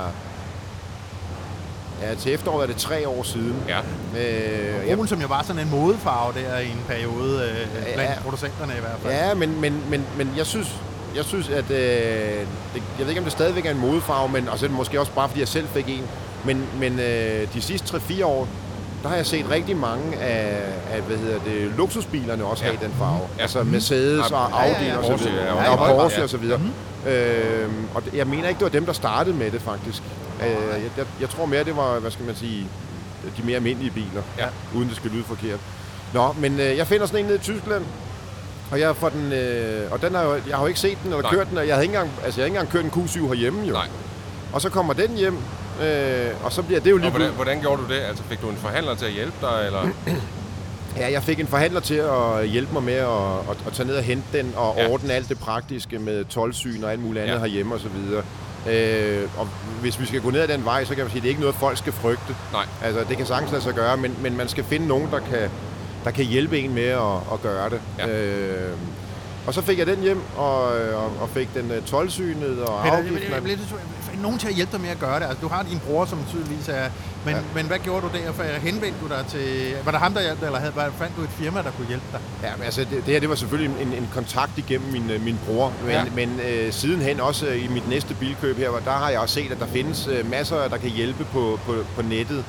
Ja, til efteråret er det tre år siden. Ja. Øh, brun, som jo var sådan en modefarve der i en periode, øh, blandt ja, producenterne i hvert fald. Ja, men, men, men, men jeg synes... Jeg synes, at... Øh, det, jeg ved ikke, om det stadigvæk er en modefarve, men og så er det måske også bare, fordi jeg selv fik en. Men, men øh, de sidste tre fire år, der har jeg set rigtig mange af, af hvad hedder det, luksusbilerne også ja. have den farve. Ja. Altså Mercedes og Audi ja, ja, ja. og så videre. Ja, og Porsche og så videre. Mm-hmm. Øhm, og jeg mener ikke, det var dem, der startede med det faktisk. Øh, jeg, jeg, jeg tror mere, det var, hvad skal man sige, de mere almindelige biler, ja. uden det skal lyde forkert. Nå, men øh, jeg finder sådan en nede i Tyskland, og jeg får den, øh, og den har jo, jeg har jo ikke set den eller Nej. kørt den, og jeg havde ikke engang, altså jeg havde ikke engang kørt en Q syv herhjemme jo. Nej. Og så kommer den hjem, øh, og så bliver det jo lige... Og hvordan, hvordan gjorde du det? Altså fik du en forhandler til at hjælpe dig, eller? Ja, jeg fik en forhandler til at hjælpe mig med at, at, at tage ned og hente den og ja. ordne alt det praktiske med toldsyn og alt muligt andet ja. herhjemme og så videre. Øh, og hvis vi skal gå ned ad den vej, så kan man sige, at det er ikke noget, folk skal frygte. Nej. Altså, det kan sagtens lade sig gøre, men, men man skal finde nogen, der kan, der kan hjælpe en med at, at gøre det. Ja. Øh, og så fik jeg den hjem, og, og, og fik den uh, toldsynet og afgiften. Jeg bliver nogen til at hjælpe dig med at gøre det. Altså, du har din bror, som tydeligvis er... Men, ja. men hvad gjorde du der? For henvendte du dig til... Var der ham, der hjalp dig, eller havde, fandt du et firma, der kunne hjælpe dig? Ja, men altså, det, det her det var selvfølgelig en, en kontakt igennem min, min bror. Men, ja. men øh, sidenhen også øh, i mit næste bilkøb her, der har jeg også set, at der findes øh, masser, der kan hjælpe på, på, på nettet.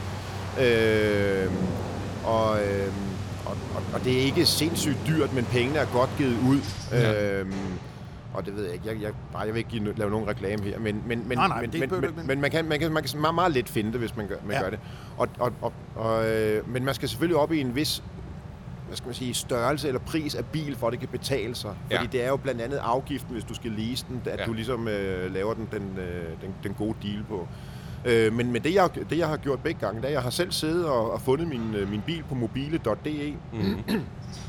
Øh, og... Øh, Og, og, og det er ikke sindssygt dyrt, men pengene er godt givet ud. Ja. Øhm, og det ved jeg ikke. Jeg, jeg, nej, jeg vil ikke give, lave nogen reklame her, men, men, men, nej, nej, men, men, men, men, men man, kan, man, kan, man kan meget, meget let finde det, hvis man gør, man ja. gør det. Og, og, og, og, øh, men man skal selvfølgelig op i en vis hvad skal man sige, størrelse eller pris af bil, for at det kan betale sig. Fordi ja. det er jo blandt andet afgiften, hvis du skal lease den, at ja. du ligesom øh, laver den, den, øh, den, den gode deal på. Øh, men men det, jeg, det, jeg har gjort begge gange, det er, jeg har selv siddet og, og fundet min, min bil på mobile punktum d e. Mm-hmm.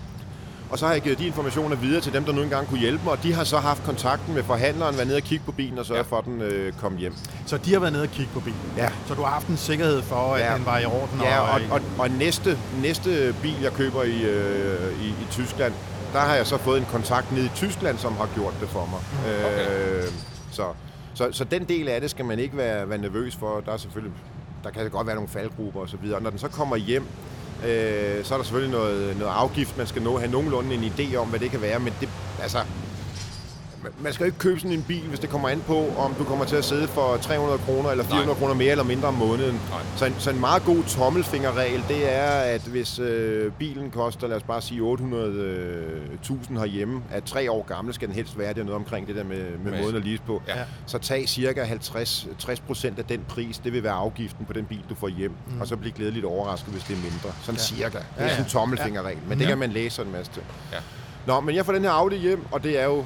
Og så har jeg givet de informationer videre til dem, der nu engang kunne hjælpe mig, og de har så haft kontakten med forhandleren, været nede og kigge på bilen og sørge ja. for, at den øh, kom hjem. Så de har været nede og kigge på bilen? Ja. Så du har haft en sikkerhed for, at ja. den var i orden? Ja, og, og, og, og næste, næste bil, jeg køber i, øh, i, i Tyskland, der har jeg så fået en kontakt nede i Tyskland, som har gjort det for mig. Okay. Øh, så... Så, så den del af det skal man ikke være, være nervøs for. Der er selvfølgelig, der kan godt være nogle faldgrupper og så videre. Og når den så kommer hjem, øh, så er der selvfølgelig noget, noget afgift, man skal nå, have nogenlunde en idé om, hvad det kan være. Men det, altså, man skal jo ikke købe sådan en bil, hvis det kommer an på, om du kommer til at sidde for tre hundrede kroner eller fire hundrede kroner mere eller mindre om måneden. Så en, så en meget god tommelfingerregel, det er, at hvis øh, bilen koster, lad os bare sige otte hundrede tusind herhjemme, at tre år gammel skal den helst være, det er noget omkring det der med, med måden at lease på. Ja. Så tag cirka halvtreds til tres procent af den pris, det vil være afgiften på den bil, du får hjem, mm. og så blive glædeligt overrasket, hvis det er mindre. Sådan ja. cirka. Det er ja, ja. sådan en tommelfingerregel, men det ja. kan man læse en masse til. Ja. Nå, men jeg får den her Audi hjem, og det er jo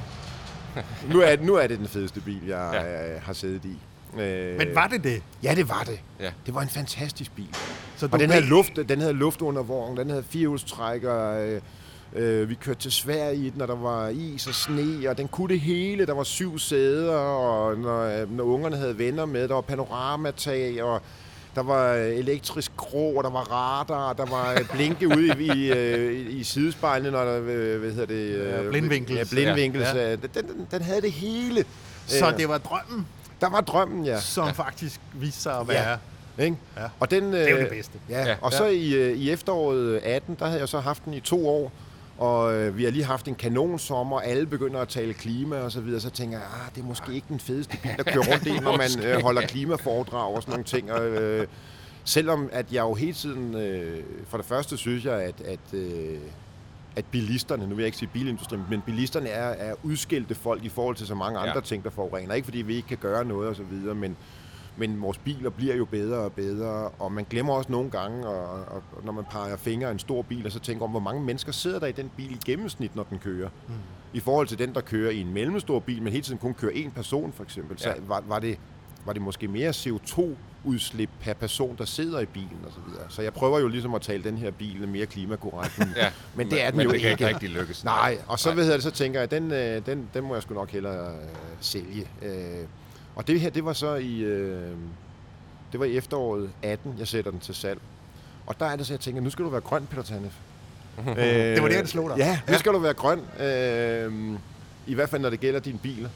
nu, er det, nu er det den fedeste bil, jeg ja. har siddet i. Øh, Men var det det? Ja, det var det. Ja. Det var en fantastisk bil. Så og den havde, luft, den havde luftundervogn, den havde firehjulstrækker. Øh, øh, vi kørte til Sverige i den, og der var is og sne, og den kunne det hele. Der var syv sæder, og når, når ungerne havde venner med, der var panoramatag, og der var elektrisk grå, og der var radar, der var blinke ude i, i, i, i sidespejlene, når der, hvad hedder det? Ja, blindvinkels. Ja, blindvinkels. Ja. Den, den, den havde det hele. Så det var drømmen? Der var drømmen, ja. Som ja. faktisk viste sig at være... Ja. Ikke? Ja. Og den, det er jo det bedste. Ja. Ja. Og så i, i efteråret atten, der havde jeg så haft den i to år, og øh, vi har lige haft en kanonsommer, alle begynder at tale klima og så videre, så tænker jeg, ah, det er måske ikke den fedeste bil at køre rundt i, når man øh, holder klimaforedrag og sådan nogle ting. Og, øh, selvom at jeg jo hele tiden, øh, for det første synes jeg, at, at, øh, at bilisterne, nu vil jeg ikke sige bilindustrien, men bilisterne er, er udskilte folk i forhold til så mange andre ja. ting, der forurener. Ikke fordi vi ikke kan gøre noget og så videre, men Men vores biler bliver jo bedre og bedre, og man glemmer også nogle gange, og, og, og når man peger fingre af en stor bil, og så tænker om, hvor mange mennesker sidder der i den bil i gennemsnit, når den kører. Mm. I forhold til den, der kører i en mellemstor bil, men hele tiden kun kører én person for eksempel, så ja. var, var, det, var det måske mere C O to udslip per person, der sidder i bilen og så videre. Så jeg prøver jo ligesom at tale den her bil mere klimakorrekt, ja, men det er den men jo det kan ikke rigtig lykkes. Nej, og så, ved jeg, så tænker jeg, den, den, den må jeg sgu nok hellere øh, sælge. Øh, og det her, det var så i... Øh, Det var i efteråret atten, jeg sætter den til salg. Og der er det så, jeg tænker, nu skal du være grøn, Peter Tanef. øh, det var det, det slog dig? Ja, nu skal du være grøn. Øh, I hvert fald, når det gælder dine biler.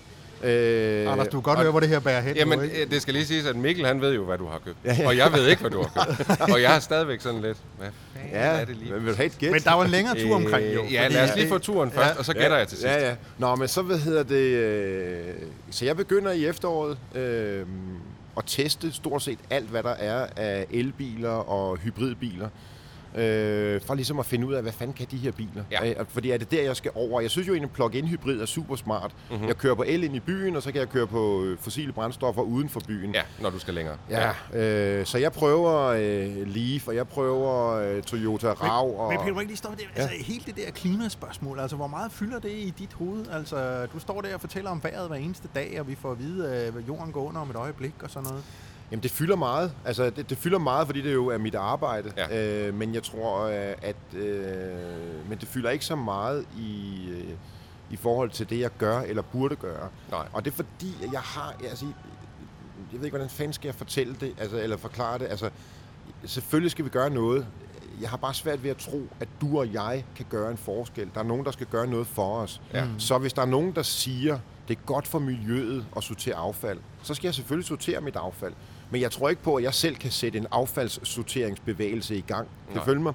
Øh, Anders, du kan godt og, høre, hvor det her bærer hen. Jamen, det skal lige siges, at Mikkel, han ved jo, hvad du har købt. Ja, ja. Og jeg ved ikke, hvad du har købt. Og jeg har stadigvæk sådan lidt, hvad fanden ja, er det lige? Men, vil du have et gæt? Men der var en længere tur omkring, jo. Ja, lad os lige få turen først, ja, og så gætter ja, jeg til sidst. Ja, ja. Nå, men så, hvad hedder det... Øh, så jeg begynder i efteråret... Øh, at teste stort set alt, hvad der er af elbiler og hybridbiler. Øh, for ligesom at finde ud af, hvad fanden kan de her biler? Ja. Øh, fordi er det der, jeg skal over? Jeg synes jo, at en plug-in hybrid er super smart. Mm-hmm. Jeg kører på el ind i byen, og så kan jeg køre på fossile brændstoffer uden for byen. Ja, når du skal længere. Ja, ja. Øh, så jeg prøver øh, Leaf, og jeg prøver øh, Toyota RAV. Og... Men Peter, må ikke lige stoppe det? Altså, ja. Helt det der klimaspørgsmål, altså hvor meget fylder det i dit hoved? Altså, du står der og fortæller om vejret hver eneste dag, og vi får at vide, at jorden går under om et øjeblik og sådan noget. Jamen, det fylder meget. Altså, det, det fylder meget, fordi det jo er mit arbejde. Ja. Øh, men jeg tror, at... Øh, men det fylder ikke så meget i, øh, i forhold til det, jeg gør eller burde gøre. Nej. Og det er fordi, at jeg har... Altså, jeg ved ikke, hvordan fanden skal jeg fortælle det, altså, eller forklare det. Altså, selvfølgelig skal vi gøre noget. Jeg har bare svært ved at tro, at du og jeg kan gøre en forskel. Der er nogen, der skal gøre noget for os. Ja. Så hvis der er nogen, der siger, det er godt for miljøet at sortere affald, så skal jeg selvfølgelig sortere mit affald. Men jeg tror ikke på, at jeg selv kan sætte en affaldssorteringsbevægelse i gang. Kan du følge mig?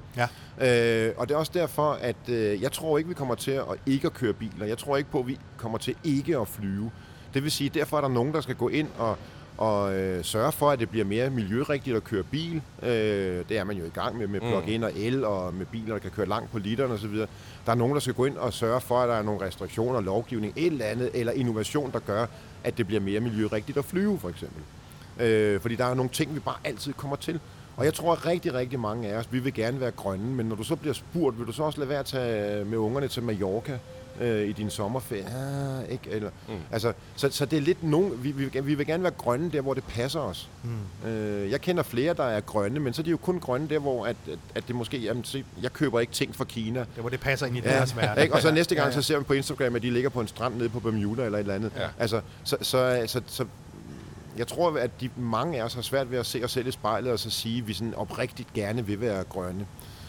Ja. Øh, og det er også derfor, at øh, jeg tror ikke, vi kommer til at ikke at køre biler. Jeg tror ikke på, at vi kommer til ikke at flyve. Det vil sige, derfor er der nogen, der skal gå ind og, og øh, sørge for, at det bliver mere miljørigtigt at køre bil. Øh, det er man jo i gang med, med plug-in og el, og med biler, der kan køre langt på literen osv. Der er nogen, der skal gå ind og sørge for, at der er nogle restriktioner, lovgivning, et eller andet, eller innovation, der gør, at det bliver mere miljørigtigt at flyve, for eksempel. Øh, fordi der er nogle ting, vi bare altid kommer til. Og jeg tror, at rigtig, rigtig mange af os, vi vil gerne være grønne, men når du så bliver spurgt, vil du så også lade være at tage med ungerne til Mallorca øh, i din sommerferie? Ah, ikke? Eller, mm. altså, så, så det er lidt nogen, vi, vi, vi vil gerne være grønne der, hvor det passer os. Mm. Øh, jeg kender flere, der er grønne, men så er de jo kun grønne der, hvor at, at, at det måske, jamen, se, jeg køber ikke ting fra Kina. Det hvor det passer ind i deres ja, verden. Ikke? Og så næste gang, ja, ja. så ser man på Instagram, at de ligger på en strand nede på Bermuda eller et eller andet. Ja. Altså, så, så, så, så jeg tror, at de, mange af os har svært ved at se os selv i spejlet og så sige, at vi sådan oprigtigt gerne vil være grønne.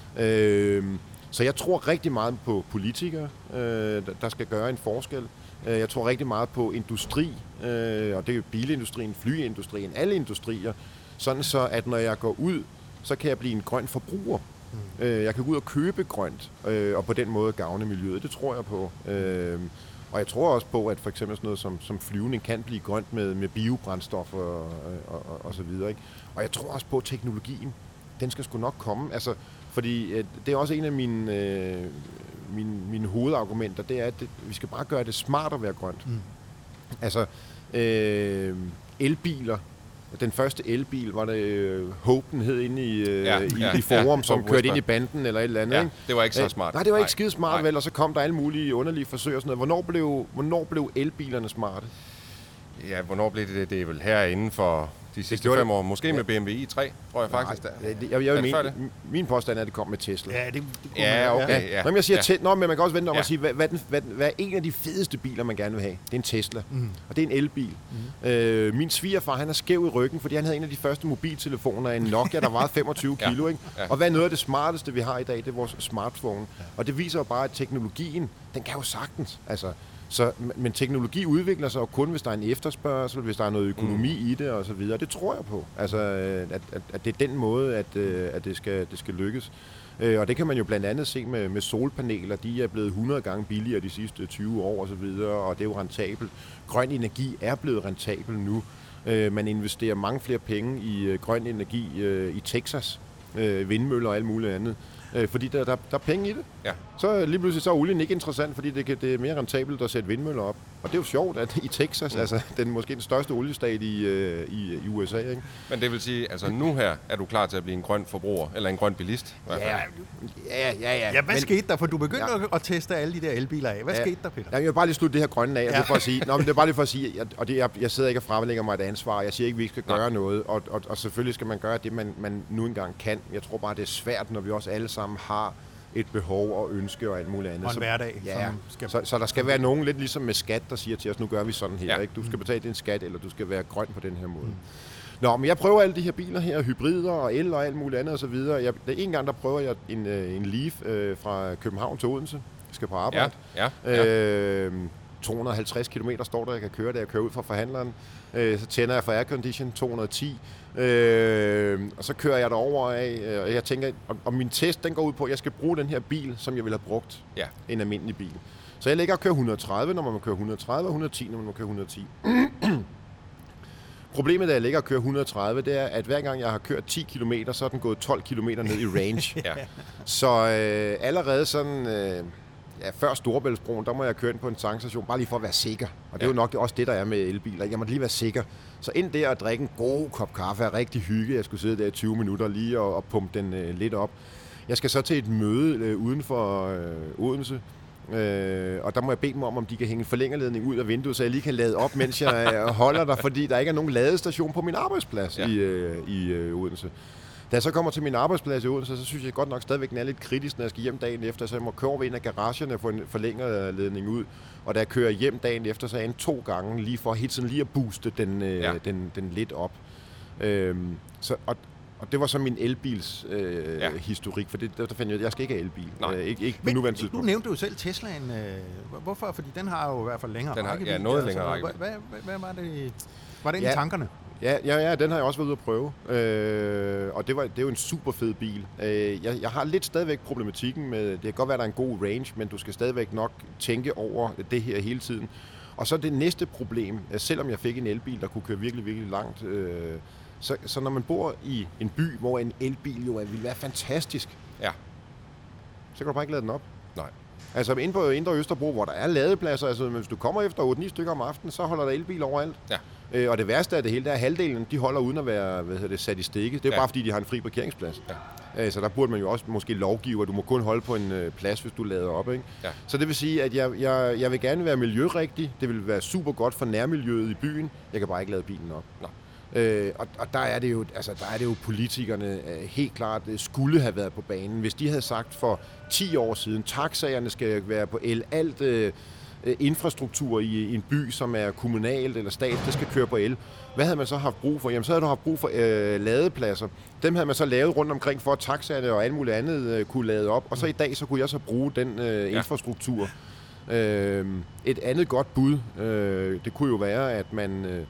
Øh, så jeg tror rigtig meget på politikere, øh, der skal gøre en forskel. Jeg tror rigtig meget på industri, øh, og det er jo bilindustrien, flyindustrien, alle industrier, sådan så, at når jeg går ud, så kan jeg blive en grøn forbruger. Mm. Jeg kan gå ud og købe grønt, øh, og på den måde gavne miljøet. Det tror jeg på. Øh, Og jeg tror også på, at for eksempel sådan noget som, som flyvning kan blive grønt med, med biobrændstoffer og, og, og, og så videre. Ikke? Og jeg tror også på, at teknologien, den skal sgu nok komme. Altså, fordi øh, det er også en af mine, øh, mine, mine hovedargumenter, det er, at det, vi skal bare gøre det smart at være grønt. Mm. Altså, øh, elbiler. Den første elbil var det øh, Hope, den hed inde i, øh, ja, i, ja, i Forum, ja, som kørte ind i banden eller et eller andet. Ja, ikke? det var ikke så smart. Nej, det var ikke skide smart, Nej. vel, og så kom der alle mulige underlige forsøg og sådan noget. Hvornår blev, hvornår blev elbilerne smarte? Ja, hvornår blev det det? Det er vel her inden for de sidste fem år. Måske med B M W i tre, tror jeg faktisk. Nej, jeg, jeg, jeg, jeg min, min påstand er, at det kom med Tesla. Ja, det, det ja, okay. Ja. Ja. Nå, men jeg siger, ja. te- Nå, men man kan også vente om ja. at sige, hvad, hvad, den, hvad, hvad er en af de fedeste biler, man gerne vil have? Det er en Tesla. Mm. Og det er en elbil. Mm. Øh, min svigerfar, han er skæv i ryggen, fordi han havde en af de første mobiltelefoner, en Nokia, der vejede femogtyve kilo. ja. Ikke? Ja. Og hvad er noget af det smarteste, vi har i dag? Det er vores smartphone. Ja. Og det viser jo bare, at teknologien, den kan jo sagtens. Altså, så, men teknologi udvikler sig jo kun, hvis der er en efterspørgsel, hvis der er noget økonomi mm. i det og så videre. Det tror jeg på. Altså, at, at, at det er den måde, at, at det, skal, det skal lykkes. Og det kan man jo blandt andet se med, med solpaneler. De er blevet hundrede gange billigere de sidste tyve år og så videre, og det er jo rentabelt. Grøn energi er blevet rentabel nu. Man investerer mange flere penge i grøn energi i Texas, vindmøller og alt muligt andet. Fordi der, der, der er penge i det. Ja. Så lige pludselig så er olien ikke interessant, fordi det, det er mere rentabelt at sætte vindmøller op. Og det er jo sjovt, at i Texas, mm. altså den måske den største oliestat i, øh, i, i U S A, ikke? Men det vil sige, altså nu her er du klar til at blive en grøn forbruger, eller en grøn bilist? Ja, ja, ja, ja. Ja, hvad men, skete der? For du begyndte ja. at teste alle de der elbiler af. Hvad ja. skete der, Peter? Ja, jeg vil bare lige slutte det her grønne af, ja. det er for at sige, nå, men det er bare lige for at sige, at, og det, jeg, jeg sidder ikke og fremlægger mig et ansvar. Jeg siger ikke, at vi ikke skal gøre Nej. noget, og, og, og selvfølgelig skal man gøre det, man, man nu engang kan. Jeg tror bare, det er svært, når vi også alle sammen har et behov og ønske og alt muligt andet. Og en hverdag. Ja, skal... så, så der skal være nogen lidt ligesom med skat, der siger til os, nu gør vi sådan her. Ja. Ikke? Du skal betale din skat, eller du skal være grøn på den her måde. Mm. Nå, men jeg prøver alle de her biler her, hybrider og el og alt muligt andet og så videre. Jeg, en gang der prøver jeg en, en Leaf øh, fra København til Odense. Jeg skal på arbejde. Ja, ja, ja. Øh, to hundrede og halvtreds kilometer står der, jeg kan køre, da jeg kører ud fra forhandleren. Øh, så tænder jeg for aircondition, to hundrede og ti. Øh, og så kører jeg derover af, og jeg tænker, og min test, den går ud på, at jeg skal bruge den her bil, som jeg ville have brugt. Ja. En almindelig bil. Så jeg lægger og kører et hundrede og tredive, når man må køre et hundrede og tredive, og et hundrede og ti, når man må køre et hundrede og ti. Problemet, da jeg ligger og kører et hundrede og tredive, det er, at hver gang jeg har kørt ti kilometer, så er den gået tolv kilometer ned i range. ja. Så øh, allerede sådan, øh, ja, før Storebæltsbroen, der må jeg køre ind på en tankstation, bare lige for at være sikker. Og det er ja. jo nok det, også det, der er med elbiler. Jeg må lige være sikker. Så ind der og drikke en god kop kaffe er rigtig hygge. Jeg skulle sidde der i tyve minutter lige og, og pumpe den øh, lidt op. Jeg skal så til et møde øh, uden for øh, Odense. Øh, og der må jeg bede dem om, om de kan hænge en forlængerledning ud af vinduet, så jeg lige kan lade op, mens jeg holder der, fordi der ikke er nogen ladestation på min arbejdsplads ja. i, øh, i øh, Odense. Da jeg så kommer til min arbejdsplads i Odense, så synes jeg godt nok stadigvæk, den er lidt kritisk, når jeg skal hjem dagen efter, så jeg må køre over en af garagerne og få en forlængerledning ud. Og da jeg kører hjem dagen efter, så er jeg en to gange, lige for helt sådan lige at booste den, øh, ja. den, den lidt op. Øh, så, og, Og det var så min elbils øh, ja. historik, for det, der fandt jeg, at jeg skal ikke have elbil. Øh, ikke, ikke Men nuværende du tidspunkt. nævnte jo selv Teslaen. Øh, hvorfor? Fordi den har jo i hvert fald længere den har, rækkevidde. Ja, noget længere rækkevidde. Hvad, hvad, hvad var det? Var det ja. i tankerne? Ja, ja, ja, den har jeg også været ude at prøve. Øh, og det, var, det er jo en super fed bil. Øh, jeg, jeg har lidt stadigvæk problematikken med, det kan godt være, der er en god range, men du skal stadigvæk nok tænke over det her hele tiden. Og så det næste problem, selvom jeg fik en elbil, der kunne køre virkelig, virkelig langt, øh, Så, så når man bor i en by, hvor en elbil jo vil være fantastisk, ja. så kan du bare ikke lade den op. Nej. Altså inde på Indre Østerbro, hvor der er ladepladser, altså hvis du kommer efter otte ni stykker om aftenen, så holder der elbil overalt. Ja. Øh, og det værste af det hele, der er halvdelen, de holder uden at være hvad hedder det, sat i stikke. Det er ja. bare fordi, de har en fri parkeringsplads. Ja. Øh, så der burde man jo også måske lovgive, at du må kun holde på en øh, plads, hvis du lader op. Ikke? Ja. Så det vil sige, at jeg, jeg, jeg vil gerne være miljørigtig. Det vil være super godt for nærmiljøet i byen. Jeg kan bare ikke lade bilen op. Nej. Øh, og, og der er det jo, altså der er det jo politikerne øh, helt klart øh, skulle have været på banen. Hvis de havde sagt for ti år siden, taxaerne skal være på el, alt øh, infrastruktur i, i en by, som er kommunalt eller stat, det skal køre på el. Hvad havde man så haft brug for? Jamen så havde du haft brug for øh, ladepladser. Dem havde man så lavet rundt omkring for, at taxaerne og alt muligt andet øh, kunne lade op. Og så i dag, så kunne jeg så bruge den øh, infrastruktur. Ja. Øh, et andet godt bud, øh, det kunne jo være, at man... Øh,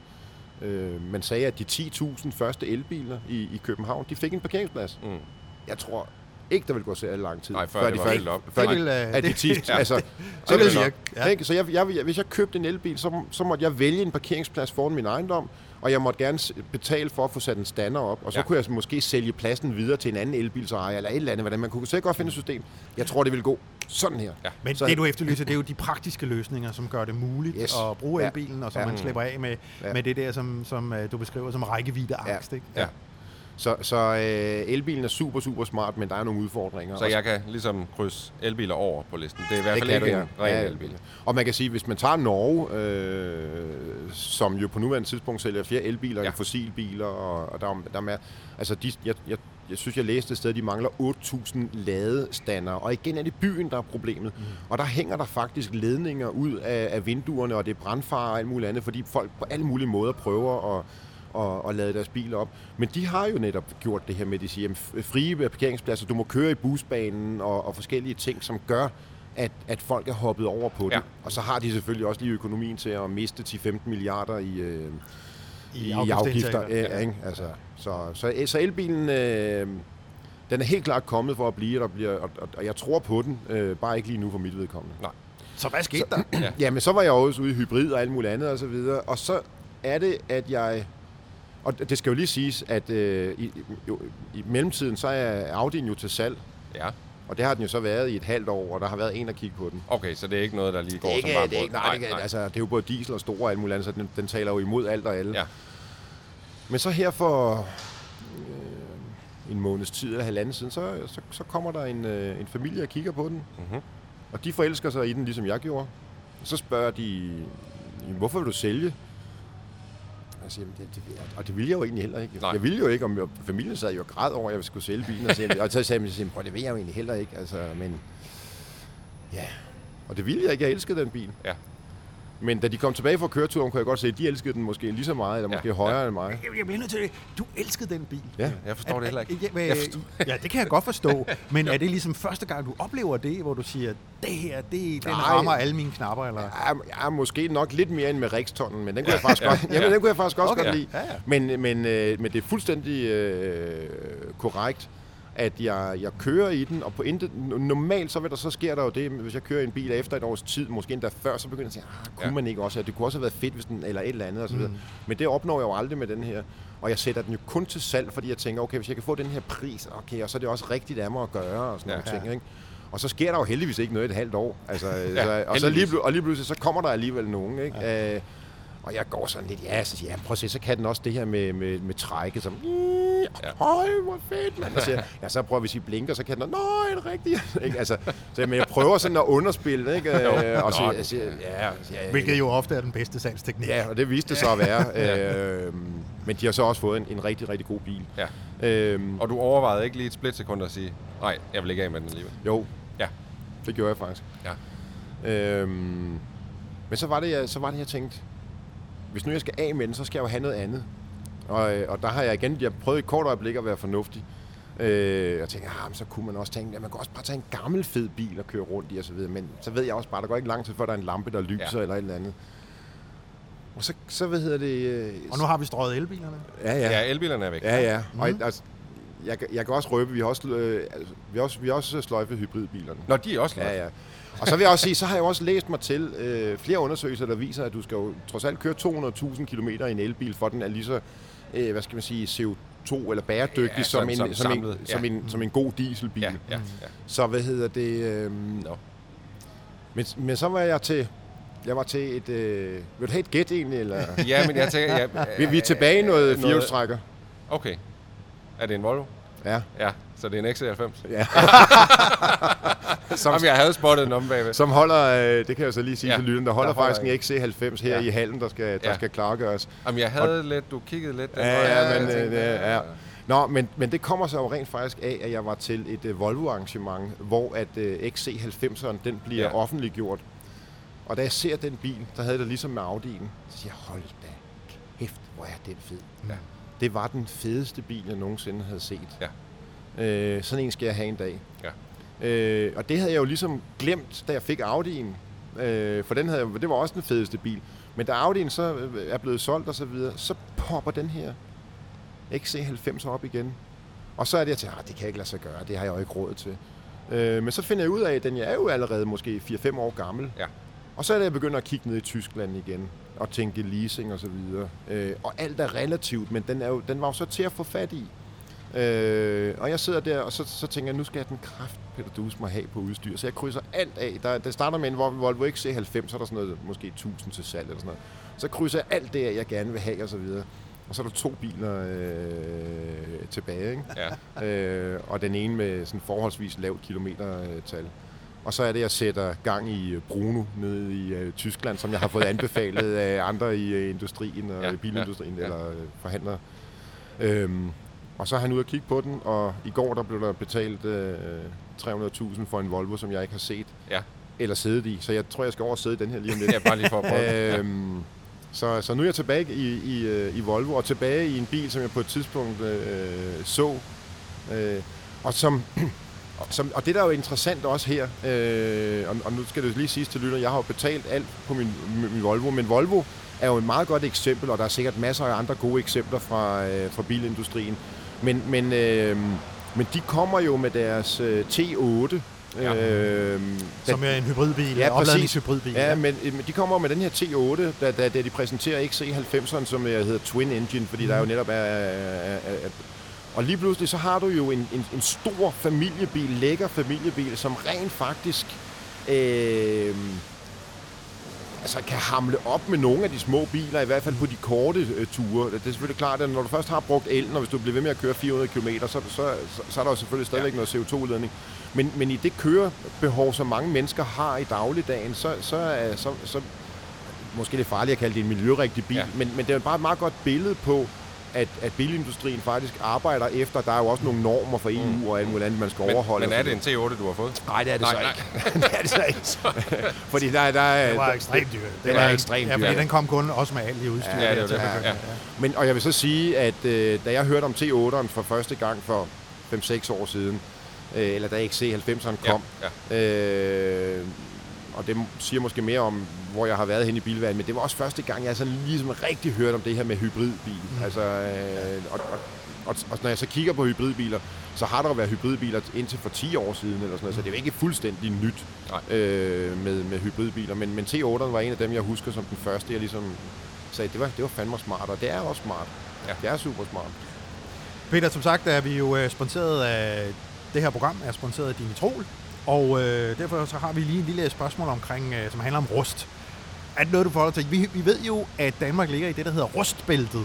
Øh, man sagde, at de ti tusind første elbiler i, i København, de fik en parkeringsplads. Mm. Jeg tror ikke, der vil gå særlig lang tid. Nej, før, før de faldt op. Før de, at de ti, ja. altså, så det virke. Ja. Så jeg, jeg, hvis jeg købte en elbil, så, så måtte jeg vælge en parkeringsplads foran min ejendom, og jeg måtte gerne betale for at få sat en stander op, og så ja. kunne jeg måske sælge pladsen videre til en anden elbilsejer, eller et eller andet, hvordan man kunne sikkert godt finde et system. Jeg tror, det vil gå sådan her. Ja. Men så, det, du efterlyser, det er jo de praktiske løsninger, som gør det muligt yes. at bruge ja. elbilen, og så ja. man slipper af med, ja. med det der, som, som du beskriver som rækkeviddeangst. Ja. Ja. Ja. Så, så øh, elbilen er super, super smart, men der er nogle udfordringer. Så jeg kan ligesom krydse elbiler over på listen. Det er i hvert fald ikke en ren ja. elbil. Og man kan sige, hvis man tager Norge, øh, som jo på nuværende tidspunkt sælger flere elbiler ja. end fossilbiler, og, og der, der er, altså de, jeg, jeg, jeg synes, jeg læste et sted, de mangler otte tusind ladestander. Og igen er det byen, der er problemet. Mm. Og der hænger der faktisk ledninger ud af, af vinduerne, og det er brandfare og alt muligt andet, fordi folk på alle mulige måder prøver at Og, og lade deres biler op. Men de har jo netop gjort det her med, at de siger, at frie parkeringspladser, du må køre i busbanen og, og forskellige ting, som gør, at, at folk er hoppet over på det. Ja. Og så har de selvfølgelig også lige økonomien til at miste ti til femten milliarder i, øh, i, i afgifter. Ja, ikke? Altså, så, så, så elbilen, øh, den er helt klart kommet for at blive, der bliver, og, og jeg tror på den, øh, bare ikke lige nu for mit vedkommende. Nej. Så hvad skete så, der? ja. Jamen, så var jeg også ude i hybrid og alt muligt andet og så videre, og så er det, at jeg... Og det skal jo lige siges, at øh, i, jo, i mellemtiden, så er Audi'en jo til salg. Ja. Og det har den jo så været i et halvt år, og der har været en at kigge på den. Okay, så det er ikke noget, der lige går ikke, som bare det er ikke, nej, nej, det, nej. Altså, det er jo både diesel og store og alt muligt andet, så den, den taler jo imod alt og alle. Ja. Men så her for øh, en måneds tid eller halvanden siden, så, så, så kommer der en, øh, en familie og kigger på den. Mm-hmm. Og de forelsker sig i den, ligesom jeg gjorde. Så spørger de, hvorfor vil du sælge? Altså, det, det, og det ville jeg jo egentlig heller ikke. Nej. Jeg ville jo ikke, om familien sad jo og græd over, at jeg skulle sælge bilen. Og, og så sagde jeg, at det vil jeg jo egentlig heller ikke. Altså, men ja, og det ville jeg ikke. Jeg elskede den bil. Ja. Men da de kom tilbage fra køreturen, kunne jeg godt se, at de elskede den måske lige så meget, eller måske ja. højere ja. end mig. Jeg bliver nødt til det. Du elskede den bil. Ja, jeg forstår at, det heller ikke. Jeg, jeg, jeg ja, det kan jeg godt forstå. Men er det ligesom første gang, du oplever det, hvor du siger, det her, det, den rammer alle mine knapper? Eller? Ja, ja, måske nok lidt mere end med Rikstonnen, men den kunne jeg faktisk ja. godt, jamen, ja. den kunne jeg faktisk også okay. godt lide. Ja, ja. Men, men, øh, men det er fuldstændig øh, korrekt, at jeg, jeg kører i den, og på intet, normalt så vil der så sker der jo det, hvis jeg kører en bil efter et års tid, måske endda før, så begynder jeg at sige, ah, kunne ja. man ikke også, det kunne også have været fedt, hvis den, eller et eller andet, og så videre. Mm. Men det opnår jeg jo aldrig med den her, og jeg sætter den jo kun til salg, fordi jeg tænker, okay, hvis jeg kan få den her pris, okay, og så er det også rigtigt af mig at gøre, og sådan ja. nogle ting, ikke? Og så sker der jo heldigvis ikke noget i et halvt år, altså, ja, så, og, så lige, og lige pludselig, så kommer der alligevel nogen, ikke? Ja. Øh, og jeg går sådan lidt, ja, så siger jeg, prøv at se, så kan den også det her med, med, med trækket, som, ja. høj, hvor fedt, man. Så, ja, så prøver vi at sige blinker, så kan den, nej, det er rigtigt. Ikke? Altså, så, men jeg prøver sådan at underspille, ikke? Jo, og så, jeg siger, ja, ja, hvilket jo ofte er den bedste salgsteknik. Ja, og det viste det så at være. øh, men de har så også fået en, en rigtig, rigtig god bil. Ja. Øhm, og du overvejede ikke lige et splitsekund at sige, nej, jeg vil ikke af med den alligevel? Jo, ja. det gjorde jeg faktisk. Ja. Øhm, men så var, det, jeg, så var det, jeg tænkte, hvis nu jeg skal af med den, så skal jeg jo have noget andet. Og, og der har jeg igen, jeg prøvede et kort øjeblik at være fornuftig. Øh, jeg tænkte, ah, så kunne man også tænke, at man kan også bare tage en gammel fed bil og køre rundt i og så videre. Men så ved jeg også bare, der går ikke lang tid før der er en lampe, der lyser ja. eller et eller andet. Og så, så hvad hedder det... Øh, og nu har vi strøget elbilerne. Ja, ja. Ja, elbilerne er væk. Ja, ja. Mm-hmm. Og altså, jeg, jeg kan også røbe, vi har også, øh, altså, vi har også, vi har også sløjfet hybridbilerne. Nå, de er også sløjfet? Ja, ja. Og så vil jeg også sige, så har jeg også læst mig til øh, flere undersøgelser, der viser, at du skal jo trods alt køre to hundrede tusind kilometer i en elbil, for den er lige så, øh, hvad skal man sige, C O to eller bæredygtig ja, som, en, som, som, en, ja. som, en, som en god dieselbil. Ja, ja, ja. Så hvad hedder det? Øh, no. men, men så var jeg til, jeg var til et, øh, vil du have et gæt egentlig? Eller? Ja, men jeg tænker... Ja, vi, vi er tilbage i noget firehjulstrækker. Okay. Er det en Volvo? Ja. Ja, så det er en X C halvfems? Ja. som, Jamen, jeg havde spottet den om bagved. Som holder, øh, det kan jeg så lige sige ja, til lytten, der holder, der holder faktisk en X C halvfems her ja. i hallen, der skal, der ja. skal klargøres. Jamen, jeg havde og, lidt, du kiggede lidt. Ja, ja, ja, men, tænkte, ja, ja. Nå, men, men det kommer så jo rent faktisk af, at jeg var til et uh, Volvo-arrangement, hvor at uh, X C halvfemseren, den bliver ja. offentliggjort. Og da jeg ser den bil, der havde det ligesom med Audi'en, så siger jeg, hold da kæft, hvor er den fed. Ja. Det var den fedeste bil, jeg nogensinde havde set. Ja. Øh, sådan en skal jeg have en dag. Ja. Øh, og det havde jeg jo ligesom glemt, da jeg fik Audi'en. Øh, for den havde, det var også den fedeste bil. Men da Audi'en så er blevet solgt og så videre, så popper den her X C halvfems op igen. Og så er det, jeg tænker, det kan jeg ikke lade sig gøre, det har jeg jo ikke råd til. Øh, men så finder jeg ud af, at den er jo allerede måske fire fem år gammel. Ja. Og så er det, jeg begynder at kigge ned i Tyskland igen, og tænke leasing og så videre. Øh, og alt er relativt, men den, er jo, den var jo så til at få fat i. Øh, og jeg sidder der, og så, så tænker jeg, nu skal jeg den kraft, Peter Dus må have på udstyr. Så jeg krydser alt af. Der, det starter med en Volvo X C halvfems, så er der sådan noget, måske tusind til salg eller sådan noget. Så krydser jeg alt det af, jeg gerne vil have og så videre. Og så er der to biler øh, tilbage, ikke? Ja. Øh, og den ene med sådan forholdsvis lavt kilometertal. Og så er det, jeg sætter gang i Bruno nede i øh, Tyskland, som jeg har fået anbefalet af andre i øh, industrien og ja, bilindustrien ja, ja. eller øh, forhandlere. Øhm, og så er han ude og kigge på den, og i går der blev der betalt øh, tre hundrede tusind for en Volvo, som jeg ikke har set ja. eller siddet i. Så jeg tror, jeg skal over og sidde i den her lige om lidt. Ja, bare lige for at prøve. øhm, så, så nu er jeg tilbage i, i, i Volvo, og tilbage i en bil, som jeg på et tidspunkt øh, så. Øh, og som... Som, og det der er jo interessant også her, øh, og, og nu skal det lige siges til lytter, jeg har jo betalt alt på min, min Volvo, men Volvo er jo et meget godt eksempel, og der er sikkert masser af andre gode eksempler fra, øh, fra bilindustrien. Men, men, øh, men de kommer jo med deres øh, T otte. Ja. Øh, Som er en hybridbil, ja, opladningshybridbil. Ja, men øh, de kommer med den her T otte, da, da, da de præsenterer X C halvfemseren, som hedder Twin Engine, fordi mm. der jo netop er... er, er, er Og lige pludselig så har du jo en, en, en stor familiebil, lækker familiebil, som rent faktisk øh, altså kan hamle op med nogle af de små biler, i hvert fald på de korte øh, ture. Det er selvfølgelig klart, at når du først har brugt elen, og hvis du bliver ved med at køre fire hundrede kilometer, så, så, så, så er der jo selvfølgelig stadigvæk ja. noget C O to udledning. Men, men i det kørebehov, som mange mennesker har i dagligdagen, så, så er så, så måske det er farligt at kalde det en miljørigtig bil, ja. men, men det er bare et meget godt billede på, At, at bilindustrien faktisk arbejder efter. Der er jo også nogle normer for E U mm. og alt muligt andet, man skal men, overholde. Men er det en T otte, du har fået? Nej, det er det nej, så nej. ikke. det er det så ikke. fordi der, der er... Det var ekstremt dyrt. Det var ekstremt dyrt. Ja, fordi den kom kun også med alt i udstyr. Ja, det er det. Ja, ja. Men, og jeg vil så sige, at øh, da jeg hørte om T otteren for første gang for fem seks år siden, øh, eller da X C halvfemseren kom, ja, ja. Øh, og det siger måske mere om, hvor jeg har været hen i bilverdenen, men det var også første gang, jeg sådan ligesom rigtig hørte om det her med hybridbil. Mm. Altså, øh, og, og og, og når jeg så kigger på hybridbiler, så har der jo været hybridbiler indtil for ti år siden, eller sådan noget, så det er jo ikke fuldstændig nyt øh, med, med hybridbiler. Men, men T otte var en af dem, jeg husker som den første, jeg ligesom sagde, det var, det var fandme smart, og det er også smart. Ja. Det er super smart. Peter, som sagt er vi jo sponsoreret af, det her program er sponsoreret af Dinitrol, og øh, derfor så har vi lige en lille spørgsmål omkring, øh, som handler om rust. Er det noget, du forholder til? Vi, vi ved jo, at Danmark ligger i det, der hedder rustbæltet.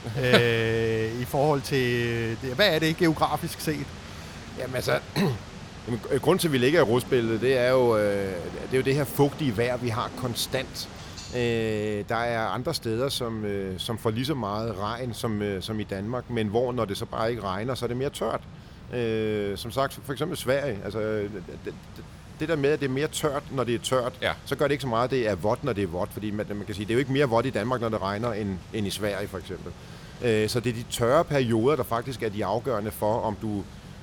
øh, I forhold til, det, hvad er det geografisk set? Jamen altså, grunden til, at vi ligger i rustbæltet, det er jo, øh, det er jo det her fugtige vejr, vi har konstant. Øh, der er andre steder, som, øh, som får lige så meget regn som, øh, som i Danmark, men hvor når det så bare ikke regner, så er det mere tørt. Øh, som sagt, for eksempel Sverige. Altså, det, det, det der med, at det er mere tørt, når det er tørt, ja. Så gør det ikke så meget, at det er vådt, når det er vådt. Fordi man, man kan sige, det er jo ikke mere vådt i Danmark, når det regner, end, end i Sverige for eksempel. Øh, så det er de tørre perioder, der faktisk er de afgørende for, om du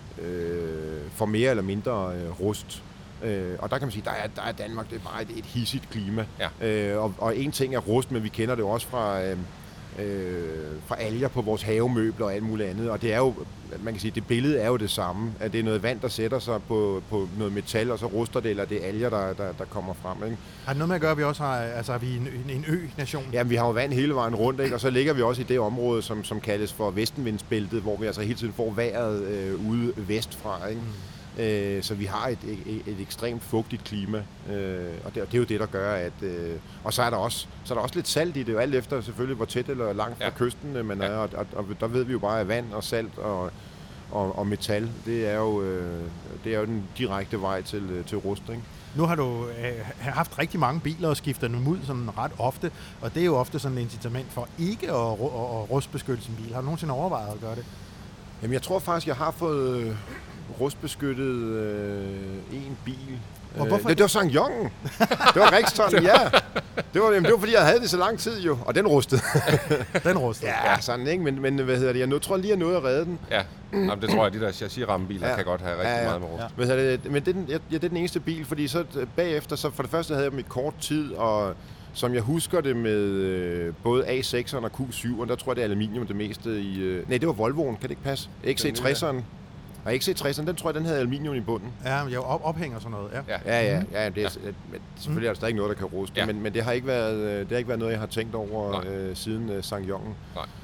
øh, får mere eller mindre øh, rust. Øh, og der kan man sige, der er, der er Danmark, det er bare et, et hissigt klima. Ja. Øh, og, og en ting er rust, men vi kender det også fra, øh, øh, fra alger på vores havemøbler og alt muligt andet. Og det er jo, man kan sige, det billede er jo det samme. At det er noget vand, der sætter sig på, på noget metal, og så ruster det, eller det er alger, der, der, der kommer frem. Ikke? Har det noget med at gøre, at vi også har, altså, er vi en, en ø-nation? Jamen, vi har jo vand hele vejen rundt, ikke? Og så ligger vi også i det område, som, som kaldes for vestenvindsbæltet, hvor vi altså hele tiden får vejret øh, ude vestfra, ikke? Mm. Så vi har et, et, et ekstremt fugtigt klima, og det er jo det, der gør, at... Og så er der også, så er der også lidt salt i det, jo alt efter selvfølgelig, hvor tæt eller langt fra ja. kysten man er, og, og, og der ved vi jo bare, at vand og salt og, og, og metal, det er, jo, det er jo den direkte vej til, til rust, ikke? Nu har du øh, haft rigtig mange biler og skiftet dem ud sådan ret ofte, og det er jo ofte sådan et incitament for ikke at, at, at rustbeskytte sin bil. Har du nogensinde overvejet at gøre det? Jamen, jeg tror faktisk, jeg har fået rustbeskyttet øh, en bil. Og hvorfor? Det, det var Sankt Jongen. Det var Rikstonen, ja. Det var, jamen, det var fordi, jeg havde det så lang tid jo, og den rustede. Den rustede? Ja, sådan, ikke? Men, men hvad hedder det? Jeg nu, tror lige, jeg nåede at redde den. Ja, jamen, det tror jeg, de der chassis-rammebiler ja. kan godt have rigtig ja, ja. meget med rust. Ja. Hvad hedder det? Men det er, den, ja, det er den eneste bil, fordi så bagefter, så for det første havde jeg dem i kort tid, og som jeg husker det med øh, både A sekseren og Q syveren, der tror jeg, det er aluminium det meste i... Øh, nej, det var Volvoen, kan det ikke passe? X C tresseren. Og X C tresseren, den tror jeg, den havde aluminium i bunden. Ja, jeg op, ophænger sådan noget, ja. Ja, ja, ja, det er, selvfølgelig er der stadig noget, der kan ruste, ja. men, men det har ikke været, det har ikke været noget, jeg har tænkt over øh, siden øh, Sankt Jongen.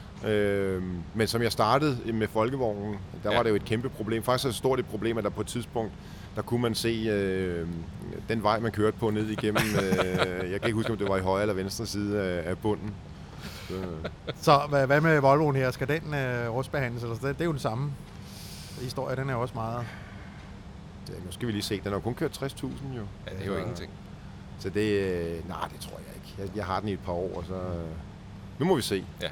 Øh, men som jeg startede med folkevognen, der ja. var det jo et kæmpe problem. Faktisk er det stort et problem, at der på et tidspunkt, der kunne man se øh, den vej, man kørte på ned igennem. Øh, jeg kan ikke huske, om det var i højre eller venstre side af, af bunden. Så, Så hvad, hvad med Volvoen her? Skal den øh, rustbehandles? Eller det, det er jo den samme historie, den er også meget... Det, nu skal vi lige se, den har kun kørt tres tusind jo. Ja, det er jo så, ingenting. Så det... Øh, nej, det tror jeg ikke. Jeg, jeg har den i et par år, og så... Øh, nu må vi se. Ja.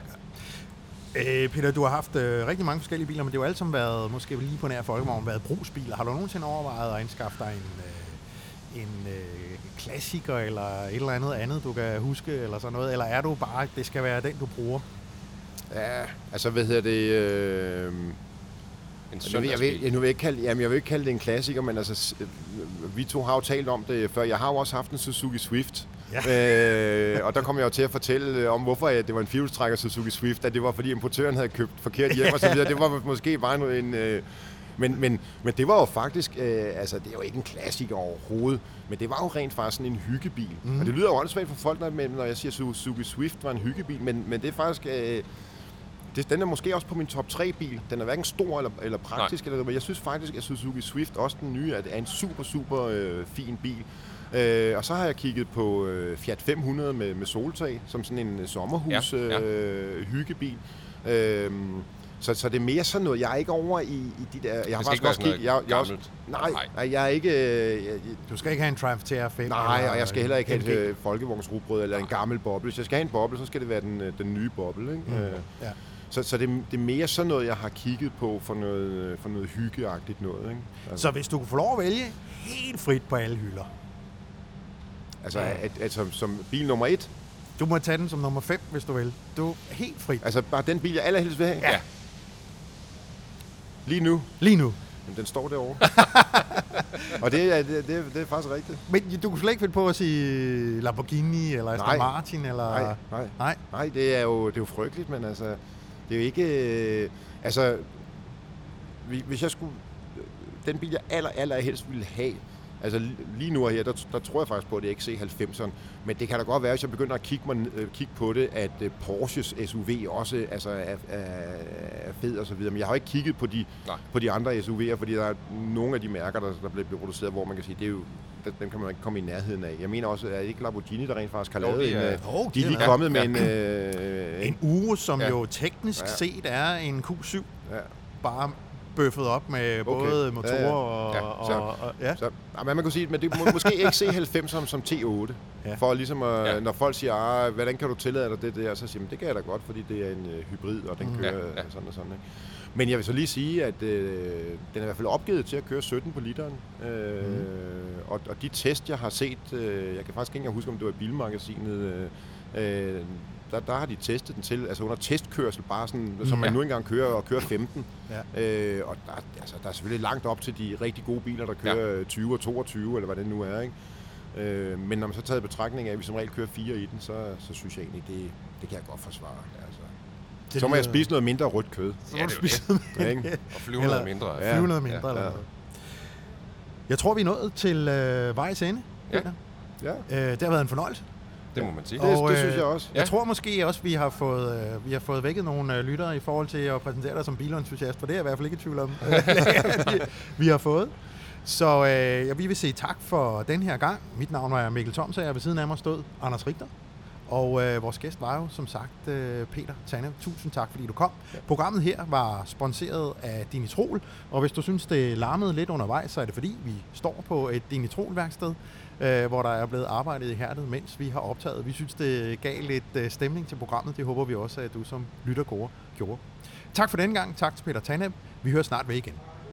Øh, Peter, du har haft øh, rigtig mange forskellige biler, men det har jo alle sammen været, måske lige på nær folkevogn, været brugsbiler. Har du nogensinde overvejet at indskaffe dig en, øh, en øh, klassiker, eller et eller andet andet, du kan huske, eller sådan noget? Eller er du bare, at det skal være den, du bruger? Ja, altså, hvad hedder det... Øh, jeg vil, jeg, vil, jeg, nu vil ikke kalde, jamen, jeg vil ikke kalde det en klassiker, men altså, vi to har jo talt om det før. Jeg har jo også haft en Suzuki Swift. Ja. øh, og der kom jeg jo til at fortælle om, hvorfor det var en firehjulstrækker Suzuki Swift, at det var fordi importøren havde købt forkert hjem og så videre. Det var måske bare en... Øh, men, men, men det var jo faktisk... Øh, altså, det er jo ikke en klassiker overhovedet, men det var jo rent faktisk sådan en hyggebil. Mm. Og det lyder jo åndssvagt for folk, når jeg siger, at Suzuki Swift var en hyggebil, men, men det er faktisk... Øh, det, den er måske også på min top tre bil. Den er hverken stor eller, eller praktisk, eller, men jeg synes faktisk, at Suzuki Swift, også den nye, er en super, super øh, fin bil. Øh, og så har jeg kigget på øh, Fiat fem hundrede med, med soltag, som sådan en sommerhus ja, ja. Øh, hyggebil. Øh, så, så det er mere sådan noget. Jeg er ikke over i, i de der... Jeg det har skal ikke være sådan noget jeg, jeg gammelt. Også, nej, nej, jeg er ikke... Øh, jeg, du skal ikke have en Triumph T R fem? Nej, og jeg skal heller ikke have et øh, folkevognsrugbrød eller en gammel boble. Hvis jeg skal have en boble, så skal det være den, den nye boble. Ikke? Mm. Øh, ja. Så, så det, det er mere sådan noget, jeg har kigget på for noget, for noget hyggeagtigt noget. Ikke? Altså. Så hvis du kunne få lov at vælge helt frit på alle hylder? Altså, ja. at, at, som, som bil nummer et? Du må tage den som nummer fem, hvis du vil. Du er helt frit. Altså bare den bil, jeg allerhelst vil have? Ja. Lige nu? Lige nu. Men den står derovre. Og det er, det, det, det er faktisk rigtigt. Men du kunne slet ikke finde på at sige Lamborghini eller Aston Martin? Eller... Nej, nej. Nej. Nej, det er jo, det er jo frygteligt, men altså... Det er jo ikke... Øh, altså, hvis jeg skulle... Den bil, jeg aller, aller helst ville have, altså lige nu her, der, der tror jeg faktisk på, at det er X C halvfemseren, men det kan da godt være, hvis jeg begynder at kigge, mig, øh, kigge på det, at øh, Porsches S U V også altså, er, er, er fed og så videre. Men jeg har ikke kigget på de, på de andre S U V'er, fordi der er nogle af de mærker, der, der bliver produceret, hvor man kan sige, det er jo, dem kan man ikke komme i nærheden af. Jeg mener også, at det ikke Lamborghini, der rent faktisk har lavet en... Øh, oh, de, de er kommet med en... Øh, en Urus, som ja. jo teknisk ja. set er en Q syv. Ja. Bare bøffet op med okay. både motorer ja, ja. og... Ja, så, og, og ja. så, man kan sige, men det er måske X C halvfems som, som T otte. Ja. For ligesom, at, ja. når folk siger, ah, hvordan kan du tillade dig det der, så siger man, det kan jeg da godt, fordi det er en uh, hybrid, og den kører ja, ja. sådan og sådan. Ikke? Men jeg vil så lige sige, at øh, den er i hvert fald opgivet til at køre sytten på literen. Øh, mm. og, og de test, jeg har set, øh, jeg kan faktisk ikke engang huske, om det var i Bilmagasinet, øh, Der, der har de testet den til, altså under testkørsel, bare sådan, mm, som man ja. nu engang kører og kører femten. Ja. Øh, og der, altså, der er selvfølgelig langt op til de rigtig gode biler, der kører ja. tyve og toogtyve, eller hvad det nu er, ikke? Øh, men når man så tager i betragtning af, at vi som regel kører fire i den, så, så synes jeg egentlig, det, det kan jeg godt forsvare. Altså. Det så må jeg spise noget mindre rødt kød. Så må ja, du spise noget mindre. Og flyve noget mindre. Ja. Flyve noget mindre. Ja. Eller noget. Jeg tror, vi er nået til øh, vejs ende, Peter. Ja. Øh, det har været en fornøjelse. Det må man sige. Og, det, det synes jeg også. Jeg ja. tror måske også, vi har fået, øh, vi har fået vækket nogle øh, lyttere i forhold til at præsentere dig som bilentusiast, for det er jeg i hvert fald ikke i tvivl om, vi, vi har fået. Så øh, ja, vi vil sige tak for den her gang. Mit navn er Mikkel Thomsager, ved siden af mig stod Anders Richter. Og øh, vores gæst var jo som sagt øh, Peter Tanev. Tusind tak, fordi du kom. Ja. Programmet her var sponsoreret af Dinitrol, og hvis du synes, det larmede lidt undervejs, så er det fordi, vi står på et Dinitrol-værksted, øh, hvor der er blevet arbejdet i hærdet, mens vi har optaget. Vi synes, det gav lidt øh, stemning til programmet. Det håber vi også, at du som lytter gjorde. Tak for den gang. Tak til Peter Tanev. Vi hører snart ved igen.